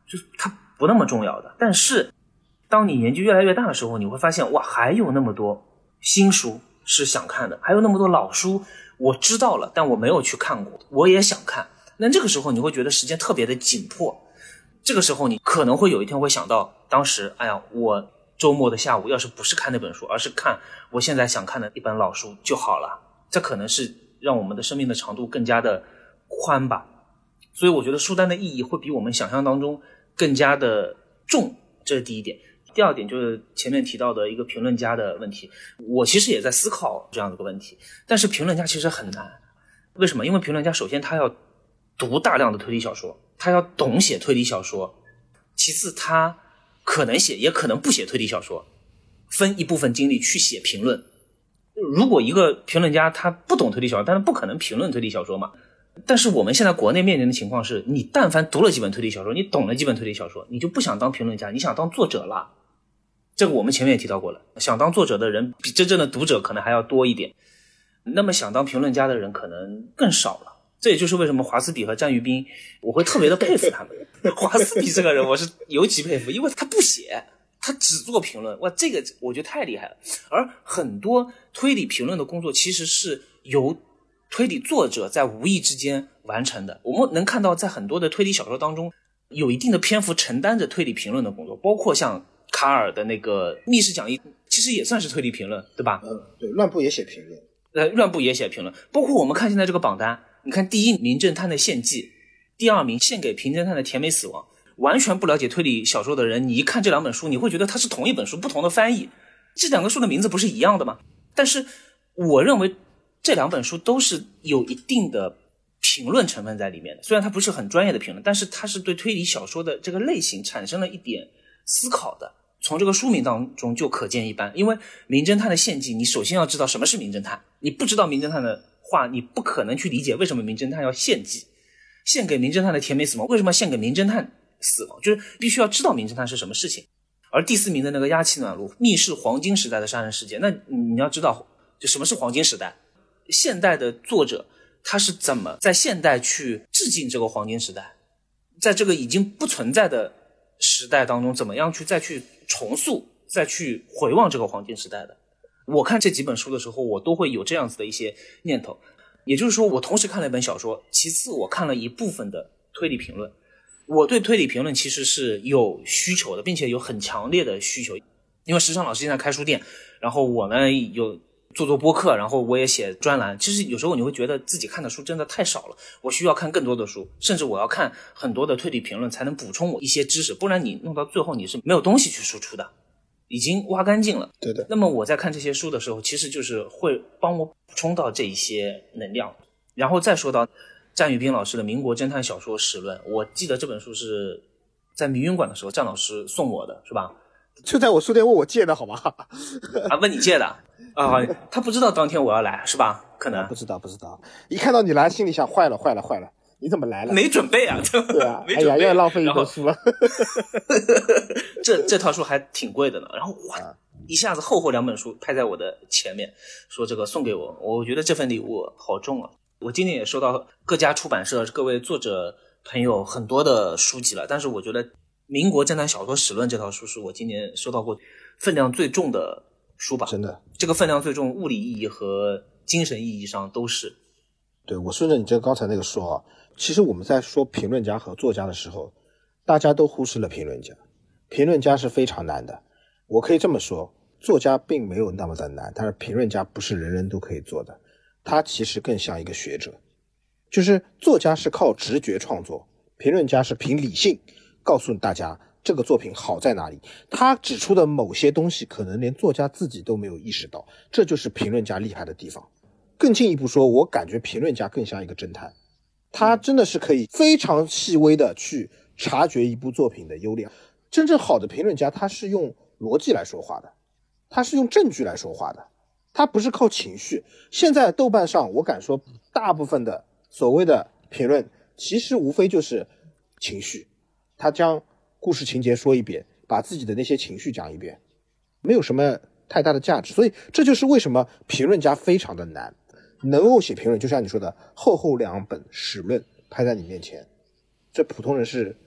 就是它不那么重要的。但是当你年纪越来越大的时候，你会发现哇，还有那么多新书是想看的，还有那么多老书我知道了，但我没有去看过，我也想看。那这个时候你会觉得时间特别的紧迫，这个时候你可能会有一天会想到，当时哎呀，我周末的下午要是不是看那本书，而是看我现在想看的一本老书就好了。这可能是让我们的生命的长度更加的宽吧。所以我觉得书单的意义会比我们想象当中更加的重，这是第一点。第二点就是前面提到的一个评论家的问题，我其实也在思考这样的一个问题，但是评论家其实很难。为什么？因为评论家首先他要读大量的推理小说，他要懂写推理小说，其次他可能写也可能不写推理小说，分一部分精力去写评论。如果一个评论家他不懂推理小说，但是不可能评论推理小说嘛。但是我们现在国内面临的情况是，你但凡读了几本推理小说，你懂了几本推理小说，你就不想当评论家，你想当作者了。这个我们前面也提到过了，想当作者的人比真正的读者可能还要多一点，那么想当评论家的人可能更少了。这也就是为什么华斯比和战玉斌我会特别的佩服他们。华斯比这个人我是尤其佩服，因为他不写，他只做评论，哇，这个我觉得太厉害了。而很多推理评论的工作其实是由推理作者在无意之间完成的。我们能看到在很多的推理小说当中，有一定的篇幅承担着推理评论的工作，包括像卡尔的那个密室讲义，其实也算是推理评论，对吧？ 嗯，对，乱步也写评论， 呃，乱步也写评论。包括我们看现在这个榜单，你看第一名侦探的献祭，第二名献给平侦探的甜美死亡。完全不了解推理小说的人，你一看这两本书，你会觉得它是同一本书，不同的翻译。这两个书的名字不是一样的吗？但是我认为这两本书都是有一定的评论成分在里面的，虽然它不是很专业的评论，但是它是对推理小说的这个类型产生了一点思考的。从这个书名当中就可见一斑。因为名侦探的献祭，你首先要知道什么是名侦探，你不知道名侦探的话，你不可能去理解为什么名侦探要献祭。献给名侦探的甜美死亡，为什么献给名侦探死亡，就是必须要知道名侦探是什么事情。而第四名的那个鸦气暖炉，密室黄金时代的杀人事件，那你要知道就什么是黄金时代，现代的作者他是怎么在现代去致敬这个黄金时代，在这个已经不存在的时代当中怎么样去再去重塑，再去回望这个黄金时代的。我看这几本书的时候，我都会有这样子的一些念头。也就是说，我同时看了一本小说，其次我看了一部分的推理评论。我对推理评论其实是有需求的，并且有很强烈的需求。因为时常老师现在开书店，然后我呢有做做播客，然后我也写专栏。其实有时候你会觉得自己看的书真的太少了，我需要看更多的书，甚至我要看很多的推理评论才能补充我一些知识，不然你弄到最后你是没有东西去输出的，已经挖干净了。 对的。 那么我在看这些书的时候，其实就是会帮我补充到这一些能量。然后再说到战玉斌老师的《民国侦探小说史论》，我记得这本书是在迷云馆的时候战老师送我的，是吧？ 就在我书店问我借的好吗？ 啊，问你借的啊？他不知道当天我要来是吧？可能不知道不知道，一看到你来心里想坏了坏了坏了，你怎么来了？ 没准备啊。 对啊，哎呀，又浪费一本书了。 这这套书还挺贵的呢，然后哇，一下子厚厚两本书拍在我的前面，说这个送给我，我觉得这份礼物好重啊。我今年也收到各家出版社各位作者朋友很多的书籍了，但是我觉得《民国侦探小说史论》这套书是我今年收到过分量最重的书吧。 真的， 这个分量最重，物理意义和精神意义上都是。 对，我顺着你这刚才那个说啊，其实我们在说评论家和作家的时候，大家都忽视了评论家。评论家是非常难的，我可以这么说，作家并没有那么的难，但是评论家不是人人都可以做的，他其实更像一个学者。就是作家是靠直觉创作，评论家是凭理性告诉大家这个作品好在哪里，他指出的某些东西可能连作家自己都没有意识到，这就是评论家厉害的地方。更进一步说，我感觉评论家更像一个侦探，他真的是可以非常细微的去察觉一部作品的优劣。真正好的评论家，他是用逻辑来说话的，他是用证据来说话的，他不是靠情绪。现在豆瓣上我敢说大部分的所谓的评论其实无非就是情绪，他将故事情节说一遍，把自己的那些情绪讲一遍，没有什么太大的价值。所以这就是为什么评论家非常的难，能够写评论就像你说的厚厚两本史论拍在你面前，这普通人是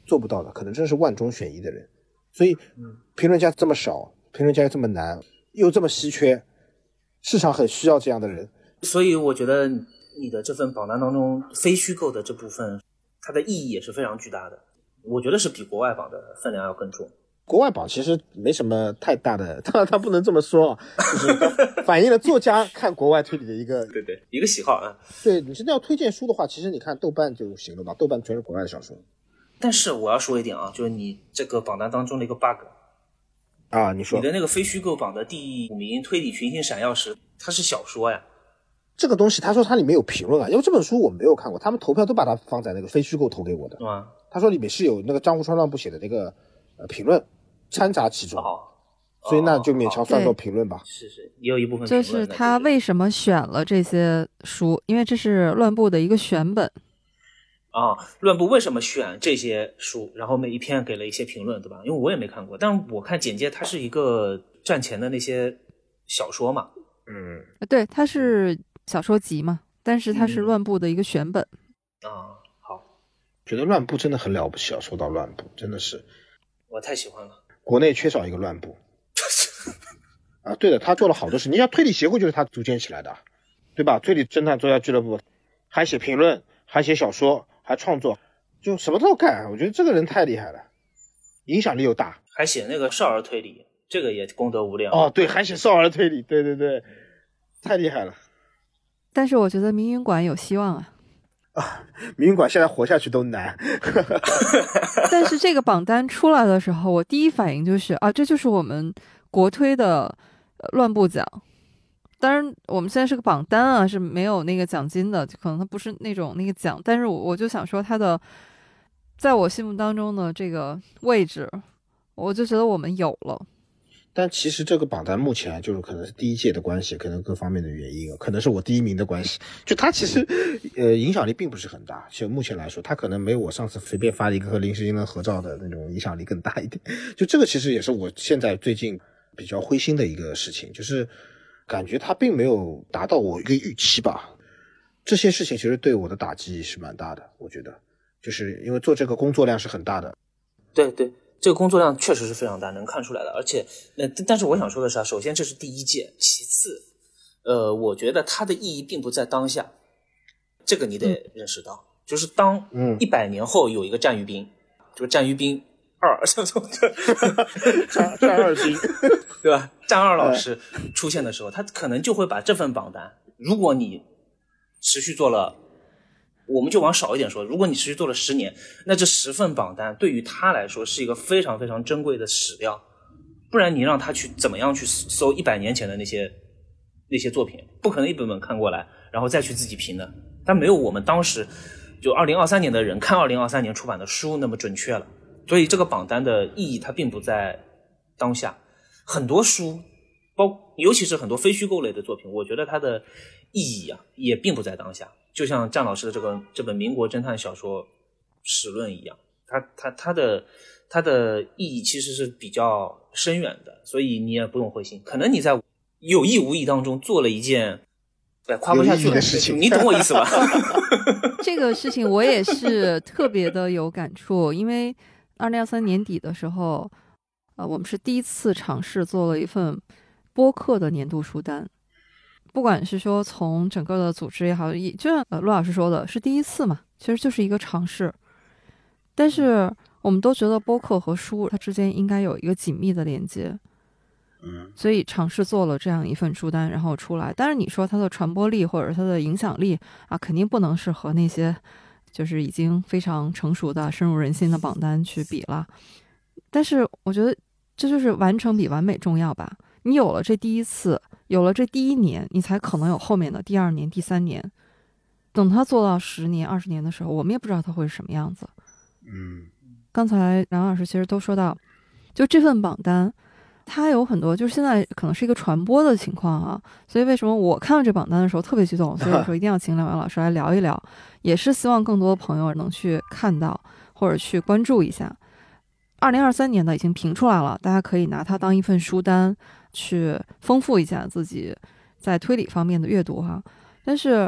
做不到的，可能真是万中选一的人。所以评论家这么少，评论家又这么难，又这么稀缺，市场很需要这样的人。 所以我觉得你的这份榜单当中非虚构的这部分，它的意义也是非常巨大的，我觉得是比国外榜的分量要更重。 国外榜其实没什么太大的，他他不能这么说，就是反映了作家看国外推理的一个对对一个喜好啊。 对，你真的要推荐书的话，其实你看豆瓣就行了吧，豆瓣全是国外的小说。但是我要说一点啊，就是你这个榜单当中的一个 bug 啊，你说你的那个非虚构榜的第五名推理群星闪耀时，它是小说呀。 这个东西他说它里面有评论啊，因为这本书我没有看过，他们投票都把它放在那个非虚构投给我的。 嗯、 他说里面是有那个江户川乱步写的那个呃评论掺杂其中， 哦、 所以那就勉强算作评论吧。 是是，也有一部分评论。 就是他为什么选了这些书，因为这是乱步的一个选本。 啊，乱步为什么选这些书，然后每一篇给了一些评论，对吧？因为我也没看过，但我看简介它是一个战前的那些小说嘛。 嗯， 对，它是小说集嘛，但是它是乱步的一个选本。 嗯、啊，好， 觉得乱步真的很了不起啊！说到乱步，真的是我太喜欢了， 国内缺少一个乱步啊！对的，他做了好多事，你像推理协会就是他组建起来的，对吧？推理侦探作家俱乐部还写评论，还写小说，还创作，就什么都干。我觉得这个人太厉害了，影响力又大， 还写那个少儿推理，这个也功德无量。 哦，对，还写少儿推理，对对对，太厉害了。 但是我觉得明云馆有希望啊。 啊，明云馆现在活下去都难。 但是这个榜单出来的时候，我第一反应就是啊，这就是我们国推的、呃、乱步奖。当然我们现在是个榜单啊，是没有那个奖金的，可能它不是那种那个奖，但是我我就想说它的在我心目当中的这个位置，我就觉得我们有了。 但其实这个榜单目前就是可能是第一届的关系，可能各方面的原因，可能是我第一名的关系，就它其实呃影响力并不是很大，就目前来说它可能没有我上次随便发了一个和林世英的合照的那种影响力更大一点。就这个其实也是我现在最近比较灰心的一个事情，就是感觉它并没有达到我一个预期吧。这些事情其实对我的打击是蛮大的，我觉得就是因为做这个工作量是很大的。 对对，这个工作量确实是非常大，能看出来的。而且呃但是我想说的是啊，首先这是第一届，其次呃我觉得它的意义并不在当下，这个你得认识到、嗯、就是当一百年后有一个战鱼兵、嗯、就是战鱼兵二战战二兵对吧，战二老师出现的时候，他可能就会把这份榜单，如果你持续做了，我们就往少一点说，如果你持续做了十年，那这十份榜单对于他来说是一个非常非常珍贵的史料，不然你让他去怎么样去搜一百年前的那些那些作品，不可能一本本看过来然后再去自己评的，但没有我们当时就二零二三年的人看二零二三年出版的书那么准确了。所以这个榜单的意义它并不在当下，很多书包尤其是很多非虚构类的作品，我觉得它的意义啊也并不在当下，就像战老师的这个这本民国侦探小说史论一样，它它它的它的意义其实是比较深远的，所以你也不用灰心，可能你在有意无意当中做了一件夸不下去的事情， 你懂我意思吧？ 这个事情我也是特别的有感触，因为二零二三年底的时候，呃，我们是第一次尝试做了一份播客的年度书单。不管是说从整个的组织也好，就像呃陆老师说的，是第一次嘛，其实就是一个尝试。但是我们都觉得播客和书它之间应该有一个紧密的连接， 嗯， 所以尝试做了这样一份书单，然后出来。但是你说它的传播力或者它的影响力啊，肯定不能是和那些就是已经非常成熟的深入人心的榜单去比了。但是我觉得这就是完成比完美重要吧，你有了这第一次，有了这第一年，你才可能有后面的第二年第三年，等他做到十年二十年的时候，我们也不知道他会是什么样子。 嗯， 刚才梁老师其实都说到，就这份榜单它有很多就是现在可能是一个传播的情况啊，所以为什么我看到这榜单的时候特别激动，所以我说一定要请两位老师来聊一聊，也是希望更多的朋友能去看到或者去关注一下。二零二三年的已经评出来了，大家可以拿它当一份书单去丰富一下自己在推理方面的阅读哈。但是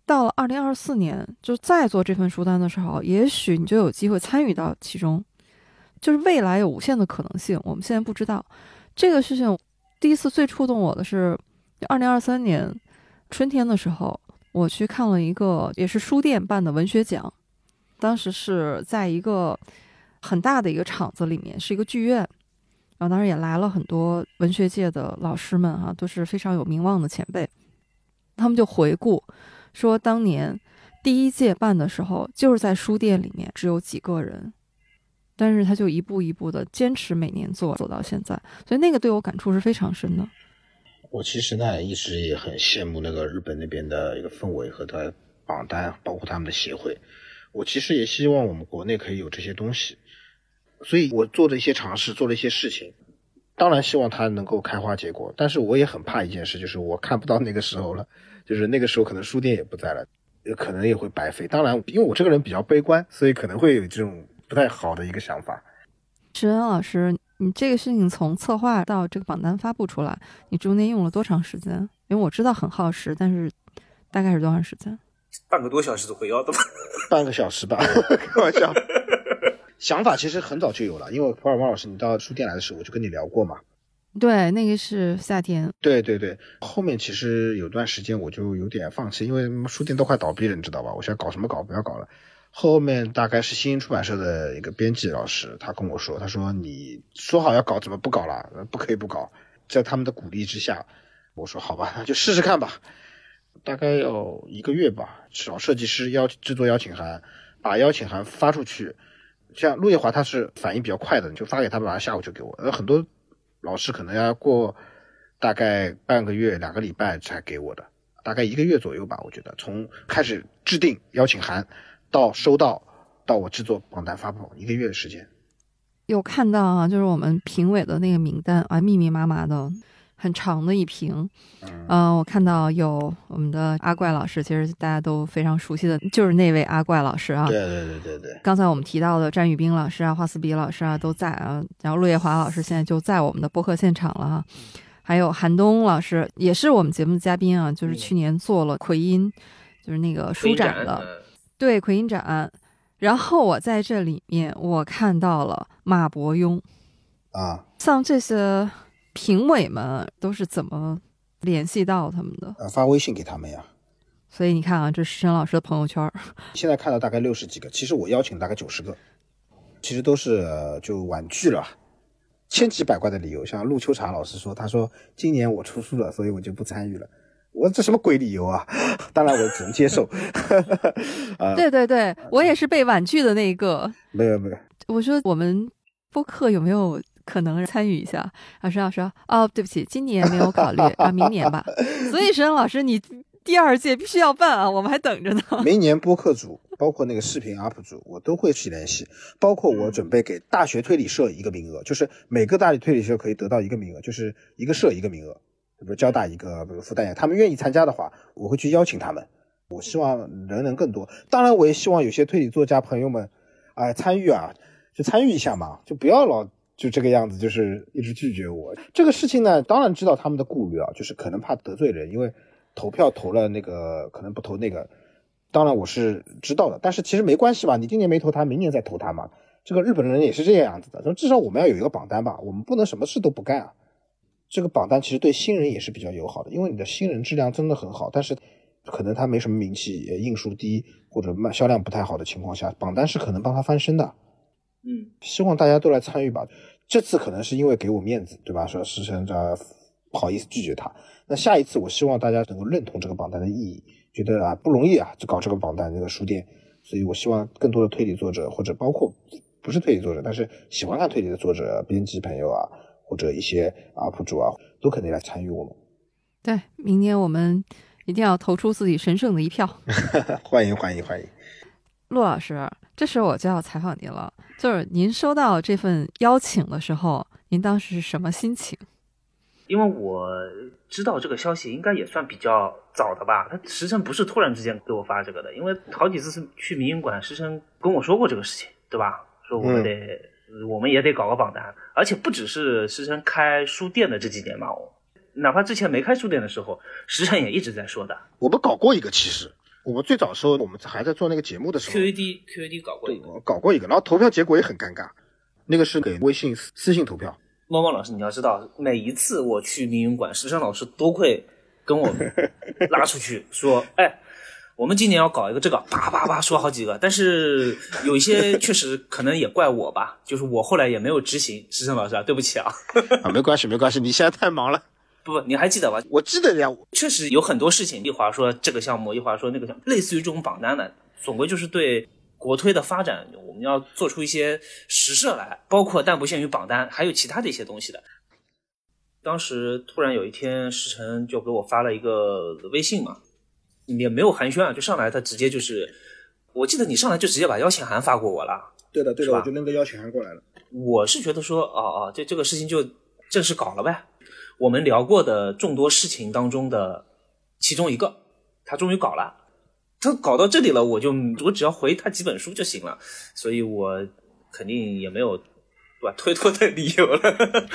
到了二零二四年，就再做这份书单的时候，也许你就有机会参与到其中。就是未来有无限的可能性，我们现在不知道。这个事情第一次最触动我的是二零二三年春天的时候，我去看了一个也是书店办的文学奖，当时是在一个很大的一个场子里面，是一个剧院，然后当时也来了很多文学界的老师们哈、啊，都是非常有名望的前辈。他们就回顾说，当年第一届办的时候，就是在书店里面只有几个人，但是他就一步一步的坚持每年做，走到现在，所以那个对我感触是非常深的。 我其实呢一直也很羡慕那个日本那边的一个氛围和它榜单，包括他们的协会。我其实也希望我们国内可以有这些东西，所以我做的一些尝试，做了一些事情，当然希望它能够开花结果，但是我也很怕一件事，就是我看不到那个时候了，就是那个时候可能书店也不在了，可能也会白费。当然因为我这个人比较悲观，所以可能会有这种不太好的一个想法。 石恩老师，你这个事情从策划到这个榜单发布出来，你中间用了多长时间？因为我知道很耗时，但是大概是多长时间？ 半个多小时都会要的吧？ 半个小时吧，开玩笑。想法其实很早就有了，因为福尔摩老师你到书店来的时候我就跟你聊过嘛。 对，那个是夏天。 对对对，后面其实有段时间我就有点放弃，因为书店都快倒闭了，你知道吧？我想搞什么搞，不要搞了。后面大概是新英出版社的一个编辑老师，他跟我说，他说你说好要搞，怎么不搞了？不可以不搞。在他们的鼓励之下，我说好吧，那就试试看吧。大概要一个月吧，找设计师邀制作邀请函，把邀请函发出去。像陆夜华他是反应比较快的，你就发给他们，下午就给我。而很多老师可能要过大概半个月、两个礼拜才给我的，大概一个月左右吧，我觉得从开始制定邀请函到收到到我制作榜单发布，一个月的时间。 有看到啊，就是我们评委的那个名单啊，密密麻麻的，很长的一屏。嗯、呃，我看到有我们的阿怪老师，其实大家都非常熟悉的，就是那位阿怪老师啊。 对对对对对。 刚才我们提到的詹宇斌老师啊、华斯比老师啊都在啊，然后陆夜华老师现在就在我们的播客现场了哈。还有韩东老师也是我们节目的嘉宾啊，就是去年做了奎因，就是那个书展的。对，奎因展。然后我在这里面我看到了马伯庸啊， 像这些评委们都是怎么联系到他们的？ 呃，发微信给他们呀。 所以你看啊，这是申老师的朋友圈， 现在看到大概六十几个，其实我邀请大概九十个，其实都是、呃、就婉拒了，千奇百怪的理由。像陆秋茶老师说，他说今年我出书了，所以我就不参与了。我这什么鬼理由啊？当然我只能接受。呃、 对对对，我也是被婉拒的那一个。 没有没有， 我说我们播客有没有可能参与一下？老师老师哦，对不起，今年没有考虑啊，明年吧。所以沈老师，你第二届必须要办啊，我们还等着呢。 明年播客组，包括那个视频 U P 主，我都会去联系。包括我准备给大学推理社一个名额，就是每个大学推理社可以得到一个名额，就是一个社一个名额。比如交大一个，比如复旦，他们愿意参加的话，我会去邀请他们。我希望人能更多，当然我也希望有些推理作家朋友们，哎、呃，参与啊，就参与一下嘛，就不要老就这个样子，就是一直拒绝我。这个事情呢，当然知道他们的顾虑啊，就是可能怕得罪人，因为投票投了那个，可能不投那个。当然我是知道的，但是其实没关系吧，你今年没投他，明年再投他嘛。这个日本人也是这个样子的，至少我们要有一个榜单吧，我们不能什么事都不干啊。这个榜单其实对新人也是比较友好的，因为你的新人质量真的很好，但是可能他没什么名气，印数低或者卖销量不太好的情况下，榜单是可能帮他翻身的。 嗯， 希望大家都来参与吧。这次可能是因为给我面子，对吧？说师承这不好意思拒绝他。那下一次我希望大家能够认同这个榜单的意义，觉得啊不容易啊，就搞这个榜单这个书店，所以我希望更多的推理作者或者包括不是推理作者，但是喜欢看推理的作者、编辑朋友啊。或者一些 U P 主啊，都肯定来参与我们。 对，明年我们一定要投出自己神圣的一票。 欢迎欢迎欢迎。 陆老师，这时候我就要采访您了，就是您收到这份邀请的时候，您当时是什么心情？ 因为我知道这个消息应该也算比较早的吧，他时辰不是突然之间给我发这个的，因为好几次是去民营馆，时辰跟我说过这个事情，对吧？说我们得。嗯我们也得搞个榜单，而且不只是时辰开书店的这几年嘛，哪怕之前没开书店的时候，时辰也一直在说的。 我们搞过一个，其实我们最早的时候，我们还在做那个节目的时候 Q A D Q A D 搞过一个， 搞过一个，然后投票结果也很尴尬，那个是给微信私信投票。 猫猫老师，你要知道，每一次我去民营馆，石生老师都会跟我拉出去说，哎，我们今年要搞一个这个，叭叭叭说好几个，但是有一些确实可能也怪我吧，就是我后来也没有执行。石生老师啊，对不起啊。 啊，没关系没关系，你现在太忙了。 不不，你还记得吧？ 我记得呀， 确实有很多事情，一会儿说这个项目，一会儿说那个项目，类似于这种榜单的，总归就是对国推的发展，我们要做出一些实设来，包括但不限于榜单，还有其他的一些东西的。当时突然有一天，石晨就给我发了一个微信嘛，也没有寒暄啊，就上来他直接就是，我记得你上来就直接把邀请函发过我了。 对的对的，我就扔个邀请函过来了。 我是觉得说，哦哦，这这个事情就正式搞了呗。我们聊过的众多事情当中的其中一个，他终于搞了。他搞到这里了，我就我只要回他几本书就行了，所以我肯定也没有对吧推脱的理由了。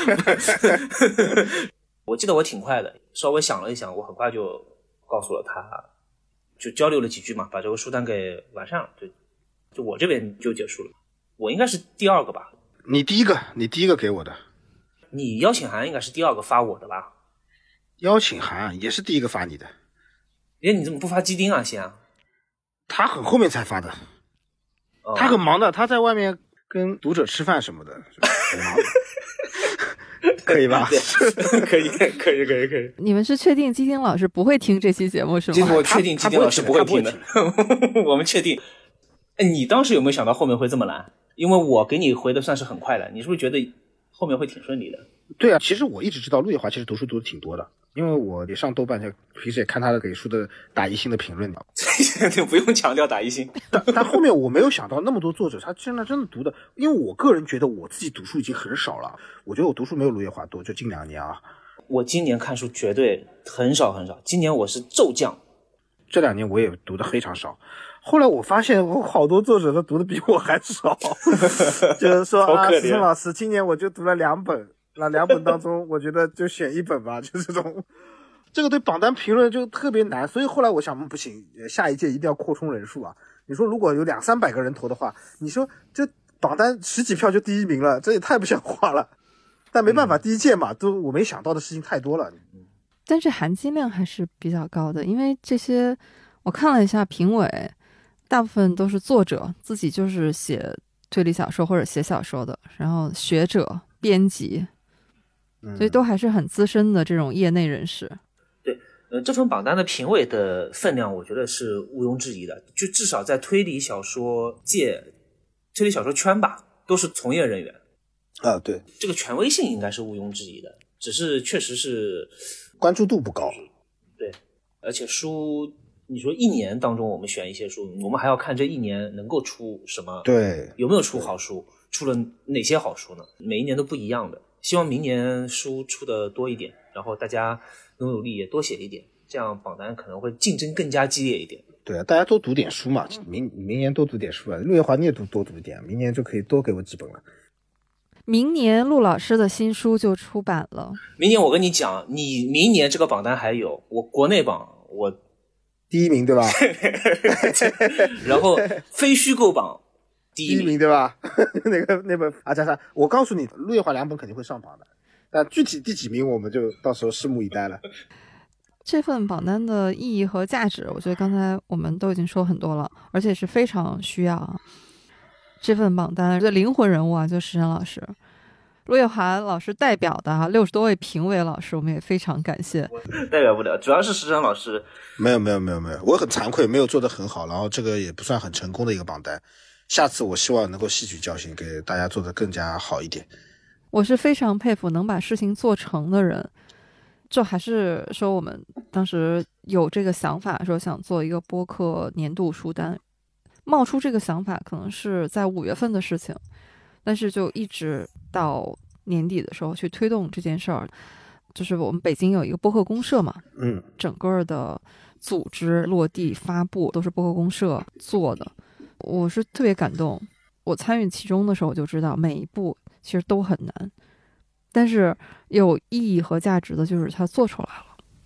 我记得我挺快的，稍微想了一想，我很快就告诉了他，就交流了几句嘛，把这个书单给完善了，就就我这边就结束了。我应该是第二个吧？ 你第一个，你第一个给我的。 你邀请函应该是第二个发我的吧？ 邀请函也是第一个发你的。 哎，你怎么不发基丁啊？先啊？ 他很后面才发的。 哦、 他很忙的，他在外面跟读者吃饭什么的，很忙的。可以吧？ 可以，可以，可以，可以。 你们是确定基丁老师不会听这期节目是吗？ 这我确定基丁老师不会听的。我们确定。哎，你当时有没有想到后面会这么难？因为我给你回的算是很快的，你是不是觉得后面会挺顺利的？ 对啊，其实我一直知道陆夜华其实读书读的挺多的，因为我也上豆瓣，平时也看他的给书的打一星的评论的。 不用强调打一星。 但但后面我没有想到那么多作者他现在真的读的，因为我个人觉得我自己读书已经很少了，我觉得我读书没有陆夜华多，就近两年啊。 我今年看书绝对很少很少，今年我是骤降。 这两年我也读的非常少。后来我发现我好多作者都读的比我还少，就是说啊，石晨老师今年我就读了两本，那两本当中我觉得就选一本吧，就这种。这个对榜单评论就特别难，所以后来我想不行，下一届一定要扩充人数啊。你说如果有两三百个人投的话，你说这榜单十几票就第一名了，这也太不像话了。但没办法，第一届嘛，都我没想到的事情太多了。 但是含金量还是比较高的，因为这些我看了一下评委，大部分都是作者自己就是写推理小说或者写小说的，然后学者、编辑，所以都还是很资深的这种业内人士。 对，呃，这份榜单的评委的分量，我觉得是毋庸置疑的，就至少在推理小说界、推理小说圈吧，都是从业人员。 啊，对， 这个权威性应该是毋庸置疑的，只是确实是关注度不高。 对，而且书。你说一年当中我们选一些书，我们还要看这一年能够出什么， 对， 有没有出好书，出了哪些好书呢？每一年都不一样的，希望明年书出的多一点，然后大家努努力也多写一点，这样榜单可能会竞争更加激烈一点。 对啊，大家多读点书嘛，明明年多读点书啊，陆夜华你也读多读一点，明年就可以多给我几本了。 明年陆老师的新书就出版了。 明年我跟你讲，你明年这个榜单还有我国内榜我。 第一名对吧？ 然后非虚构榜第一名, 第一名对吧？那个那本啊，加上我告诉你，陆夜华两本肯定会上榜的，但具体第几名我们就到时候拭目以待了。 这份榜单的意义和价值，我觉得刚才我们都已经说很多了，而且是非常需要啊。这份榜单的灵魂人物啊，就是石晨老师。陆夜华老师代表的啊六十多位评委老师，我们也非常感谢。 代表不了，主要是石晨老师。 没有没有没有没有，我很惭愧，没有做得很好，然后这个也不算很成功的一个榜单。下次我希望能够吸取教训，给大家做得更加好一点。 我是非常佩服能把事情做成的人。就还是说我们当时有这个想法，说想做一个播客年度书单，冒出这个想法可能是在五月份的事情。但是就一直到年底的时候去推动这件事儿，就是我们北京有一个播客公社嘛， 嗯， 整个的组织落地发布都是播客公社做的，我是特别感动。我参与其中的时候就知道每一步其实都很难，但是有意义和价值的就是它做出来了。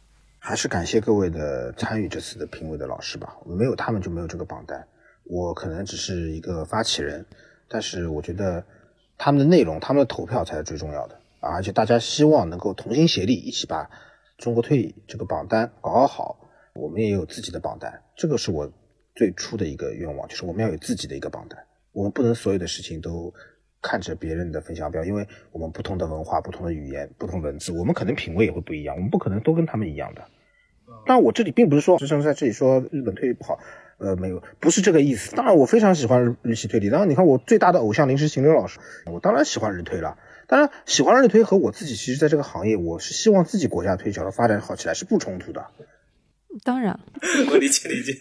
还是感谢各位的参与这次的评委的老师吧，没有他们就没有这个榜单，我可能只是一个发起人，但是我觉得他们的内容他们的投票才是最重要的，而且大家希望能够同心协力一起把中国推理这个榜单搞搞好，我们也有自己的榜单，这个是我最初的一个愿望，就是我们要有自己的一个榜单，我们不能所有的事情都看着别人的分享表，因为我们不同的文化、不同的语言、不同文字，我们可能品味也会不一样，我们不可能都跟他们一样的。当然我这里并不是说石生在这里说日本推理不好，呃，没有，不是这个意思。当然我非常喜欢日系推理，当然你看我最大的偶像临时行流老师，我当然喜欢日推了。当然喜欢日推和我自己其实在这个行业，我是希望自己国家推理小说发展好起来是不冲突的。 当然我理解理解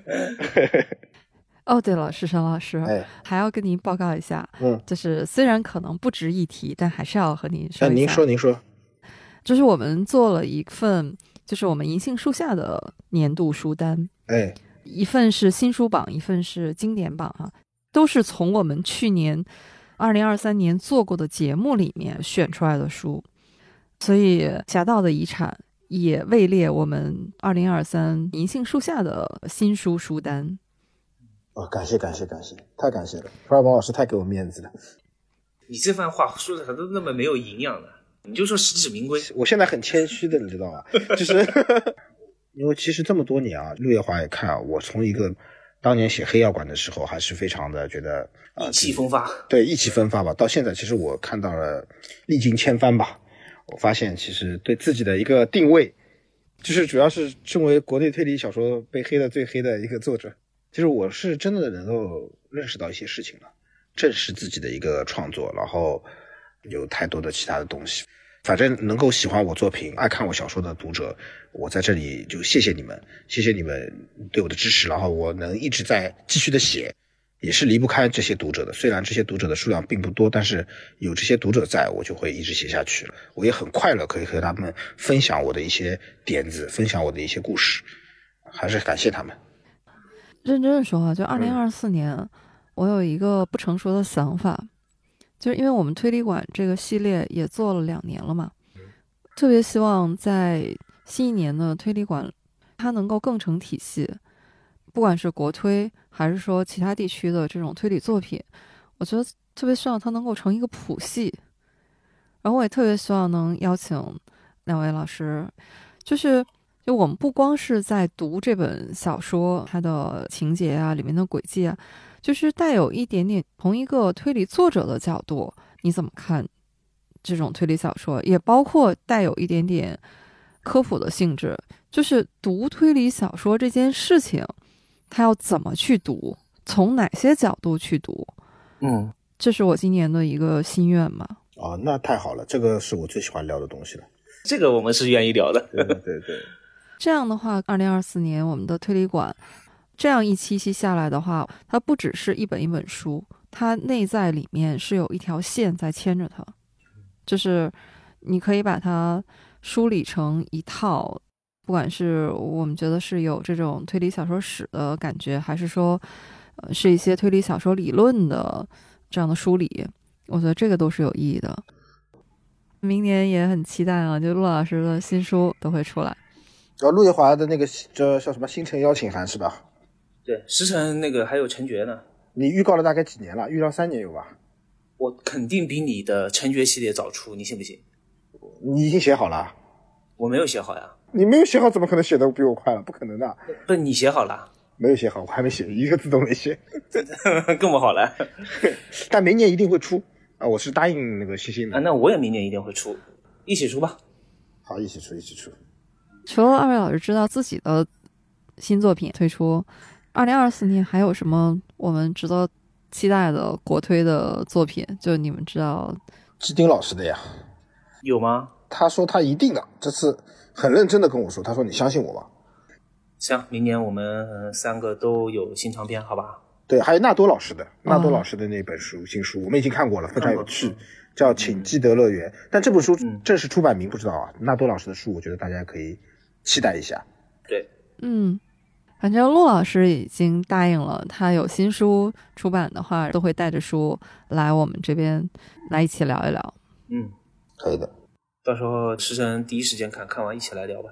哦，对了，石生老师， 哎， 还要跟您报告一下， 嗯， 就是虽然可能不值一提，但还是要和您说一下。 哎，您说您说， 就是我们做了一份，就是我们银杏树下的年度书单， 哎， 一份是新书榜，一份是经典榜啊，都是从我们去年二零二三年做过的节目里面选出来的书，所以《侠盗的遗产》也位列我们二零二三银杏树下的新书书单。 哦，感谢感谢感谢，太感谢了，福尔摩老师太给我面子了。 你这番话说的都那么没有营养的，你就说实至名归。 我现在很谦虚的，你知道吗？就是因为其实这么多年啊，陆夜华也看啊，我从一个当年写黑药馆的时候，还是非常的觉得、呃、 意气风发， 对，意气风发吧。到现在，其实我看到了历经千帆吧，我发现其实对自己的一个定位，就是主要是身为国内推理小说被黑的最黑的一个作者。其实我是真的能够认识到一些事情了，正视自己的一个创作，然后有太多的其他的东西。反正能够喜欢我作品、爱看我小说的读者，我在这里就谢谢你们，谢谢你们对我的支持，然后我能一直在继续的写，也是离不开这些读者的。虽然这些读者的数量并不多，但是有这些读者在，我就会一直写下去了。我也很快乐可以和他们分享我的一些点子，分享我的一些故事，还是感谢他们。 认真的说啊，就二零二四年、嗯、我有一个不成熟的想法，就是因为我们推理馆这个系列也做了两年了嘛，特别希望在新一年的推理馆它能够更成体系，不管是国推还是说其他地区的这种推理作品，我觉得特别希望它能够成一个谱系。然后我也特别希望能邀请两位老师，就是就我们不光是在读这本小说它的情节啊，里面的轨迹啊，就是带有一点点从一个推理作者的角度你怎么看这种推理小说，也包括带有一点点科普的性质，就是读推理小说这件事情它要怎么去读，从哪些角度去读。 嗯， 这是我今年的一个心愿嘛。 哦，那太好了，这个是我最喜欢聊的东西了。 这个我们是愿意聊的。 对对对。 这样的话二零二四年我们的推理馆这样一期一期下来的话，它不只是一本一本书，它内在里面是有一条线在牵着它，就是你可以把它梳理成一套，不管是我们觉得是有这种推理小说史的感觉，还是说呃是一些推理小说理论的这样的梳理，我觉得这个都是有意义的。明年也很期待啊，就陆老师的新书都会出来。 然后陆夜华的那个这叫什么星辰邀请函是吧？ 对，时辰那个还有陈觉呢。 你预告了大概几年了？预告三年有吧？ 我肯定比你的陈觉系列早出，你信不信？ 你已经写好了？ 我没有写好呀。 你没有写好怎么可能写得比我快了？不可能的。 不是你写好了？ 没有写好，我还没写，一个字都没写。 跟我好了。 但明年一定会出啊！我是答应那个星星的。 啊，那我也明年一定会出，一起出吧。 好，一起出，一起出。 除了二位老师知道自己的新作品推出，二零二四年还有什么我们值得期待的国推的作品？就你们知道基丁老师的呀。 有吗？ 他说他一定的，这次很认真的跟我说，他说你相信我吧。 行，明年我们三个都有新长篇，好吧？ 对，还有纳多老师的纳多老师的那本书、哦、新书我们已经看过了，非常有趣，叫请基德乐园、嗯、但这本书正式出版名不知道啊、嗯、纳多老师的书我觉得大家可以期待一下。 对， 嗯，反正陆老师已经答应了，他有新书出版的话都会带着书来我们这边来一起聊一聊。 嗯， 可以的， 到时候时辰第一时间看看完一起来聊吧。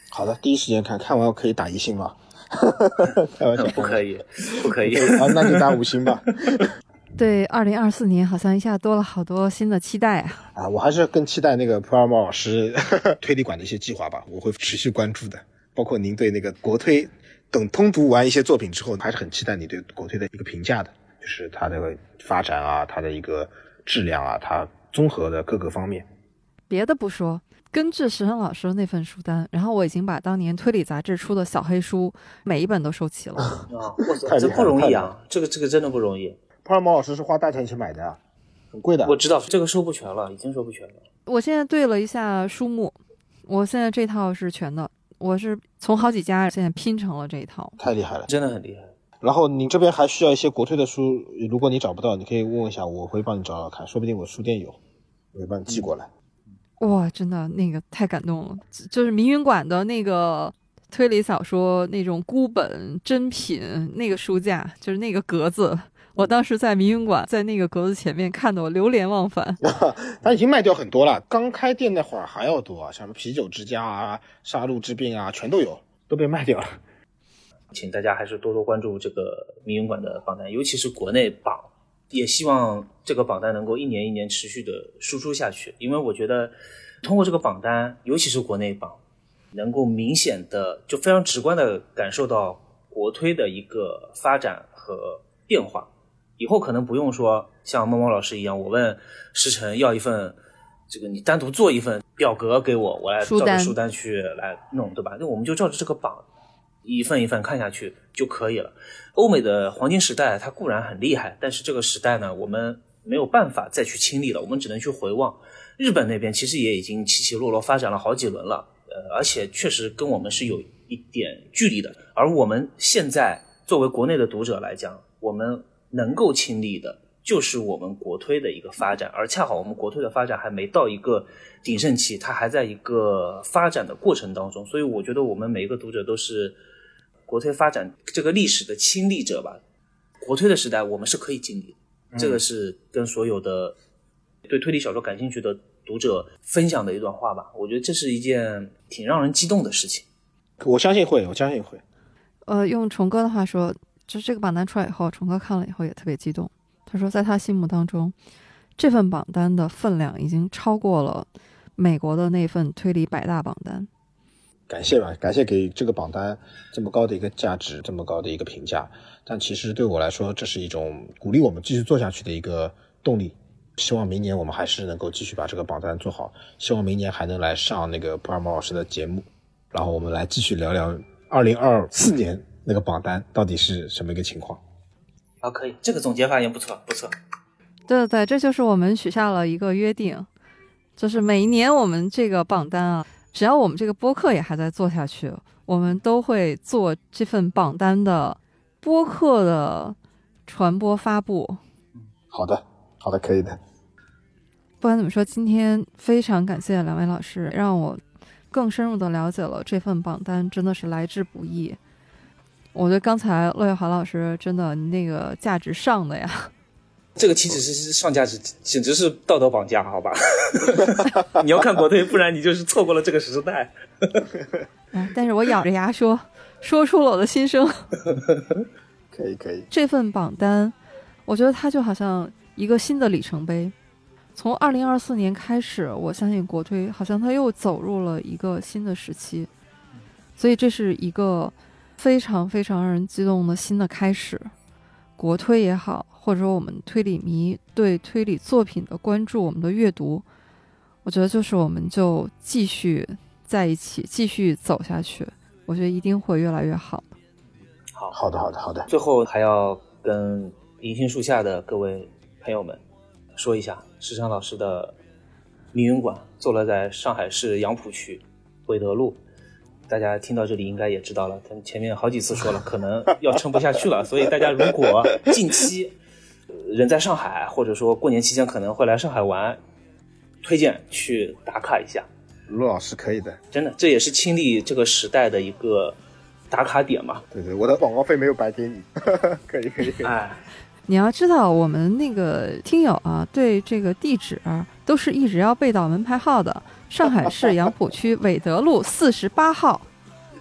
好的，第一时间看看完可以打一星吗？开玩笑， 不可以，不可以啊，那就打五星吧。 对，二零二四年好像一下多了好多新的期待啊！ 啊，我还是更期待那个普尔茂老师推理馆的一些计划吧，我会持续关注的。包括您对那个国推，等通读完一些作品之后，还是很期待你对国推的一个评价的，就是它的发展啊，它的一个质量啊，它综合的各个方面。 别的不说，根据石恒老师的那份书单，然后我已经把当年推理杂志出的小黑书每一本都收齐了。 啊，哇，这不容易啊！这个这个真的不容易。 普尔茂老师是花大钱去买的啊，很贵的。 我知道这个收不全了，已经收不全了。 我现在对了一下书目，我现在这套是全的，我是从好几家现在拼成了这一套。 太厉害了， 真的很厉害。 然后你这边还需要一些国推的书，如果你找不到，你可以问一下，我会帮你找找看，说不定我书店有，我会帮你寄过来。 哇，真的那个太感动了，就是明云馆的那个推理小说那种孤本珍品那个书架，就是那个格子，我当时在明云馆在那个格子前面看得我流连忘返。 它已经卖掉很多了，刚开店那会儿还要多啊，像什么啤酒之家啊、杀戮之病啊，全都有，都被卖掉了。 请大家还是多多关注这个明云馆的榜单，尤其是国内榜，也希望这个榜单能够一年一年持续的输出下去。因为我觉得通过这个榜单，尤其是国内榜，能够明显的就非常直观的感受到国推的一个发展和变化。以后可能不用说像猫猫老师一样，我问石晨要一份这个你单独做一份表格给我，我来照着书单去来弄，对吧？那我们就照着这个榜一份一份看下去就可以了。欧美的黄金时代它固然很厉害，但是这个时代呢，我们没有办法再去亲历了，我们只能去回望。日本那边其实也已经起起落落发展了好几轮了，呃，而且确实跟我们是有一点距离的。而我们现在作为国内的读者来讲，我们能够亲历的就是我们国推的一个发展，而恰好我们国推的发展还没到一个鼎盛期，它还在一个发展的过程当中。所以我觉得我们每一个读者都是国推发展这个历史的亲历者吧。国推的时代我们是可以经历的，嗯，这个是跟所有的对推理小说感兴趣的读者分享的一段话吧。我觉得这是一件挺让人激动的事情。 我相信会，我相信会。 呃，用虫哥的话说，就是这个榜单出来以后，虫哥看了以后也特别激动。他说在他心目当中，这份榜单的分量已经超过了美国的那份推理百大榜单。 感谢吧，感谢给这个榜单这么高的一个价值，这么高的一个评价。但其实对我来说，这是一种鼓励我们继续做下去的一个动力。希望明年我们还是能够继续把这个榜单做好，希望明年还能来上那个普尔茂老师的节目，然后我们来继续聊聊二零二四年那个榜单到底是什么一个情况。 啊，可以，这个总结发言不错，不错。 对对对，这就是我们许下了一个约定，就是每一年我们这个榜单啊，只要我们这个播客也还在做下去，我们都会做这份榜单的播客的传播发布。 好的，好的，可以的。 不管怎么说，今天非常感谢两位老师，让我更深入的了解了这份榜单真的是来之不易。我觉得刚才乐月华老师真的那个价值上的呀， 这个岂止是上价值，简直是道德绑架，好吧？你要看国推，不然你就是错过了这个时代。 啊，但是我咬着牙说，说出了我的心声。 可以可以。 这份榜单，我觉得它就好像一个新的里程碑。从二零二四年开始，我相信国推好像它又走入了一个新的时期，所以这是一个非常非常让人激动的新的开始。国推也好，或者说我们推理迷对推理作品的关注，我们的阅读，我觉得就是我们就继续在一起，继续走下去，我觉得一定会越来越好。 好， 好的，好的，好的。 最后还要跟银杏树下的各位朋友们说一下，石山老师的明云馆坐落在上海市杨浦区纬德路。大家听到这里应该也知道了，他们前面好几次说了，可能要撑不下去了。所以大家如果近期人在上海，或者说过年期间可能会来上海玩，推荐去打卡一下。 陆老师可以的， 真的，这也是亲历这个时代的一个打卡点嘛。 对对，我的广告费没有白给你。可以可以。 哎， 你要知道，我们那个听友啊，对这个地址都是一直要背到门牌号的。上海市杨浦区纬德路四十八号。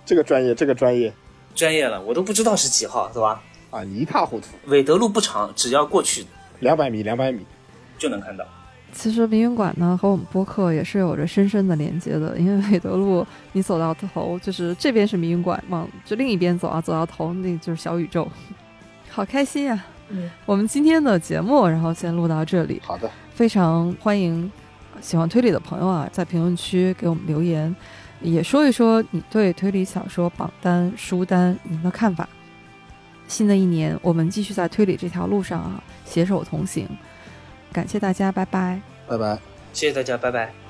这个专业，这个专业专业了，我都不知道是几号，是吧？ 啊，你一塌糊涂。 韦德路不长，只要过去两百米，两百米就能看到。 其实明云馆呢和我们播客也是有着深深的连接的，因为韦德路你走到头，就是这边是明云馆，往就另一边走啊，走到头那就是小宇宙，好开心啊！嗯，我们今天的节目然后先录到这里。 好的， 非常欢迎喜欢推理的朋友啊，在评论区给我们留言，也说一说你对推理小说榜单、书单您的看法。新的一年，我们继续在推理这条路上啊，携手同行。感谢大家，拜拜， 拜拜， 谢谢大家，拜拜。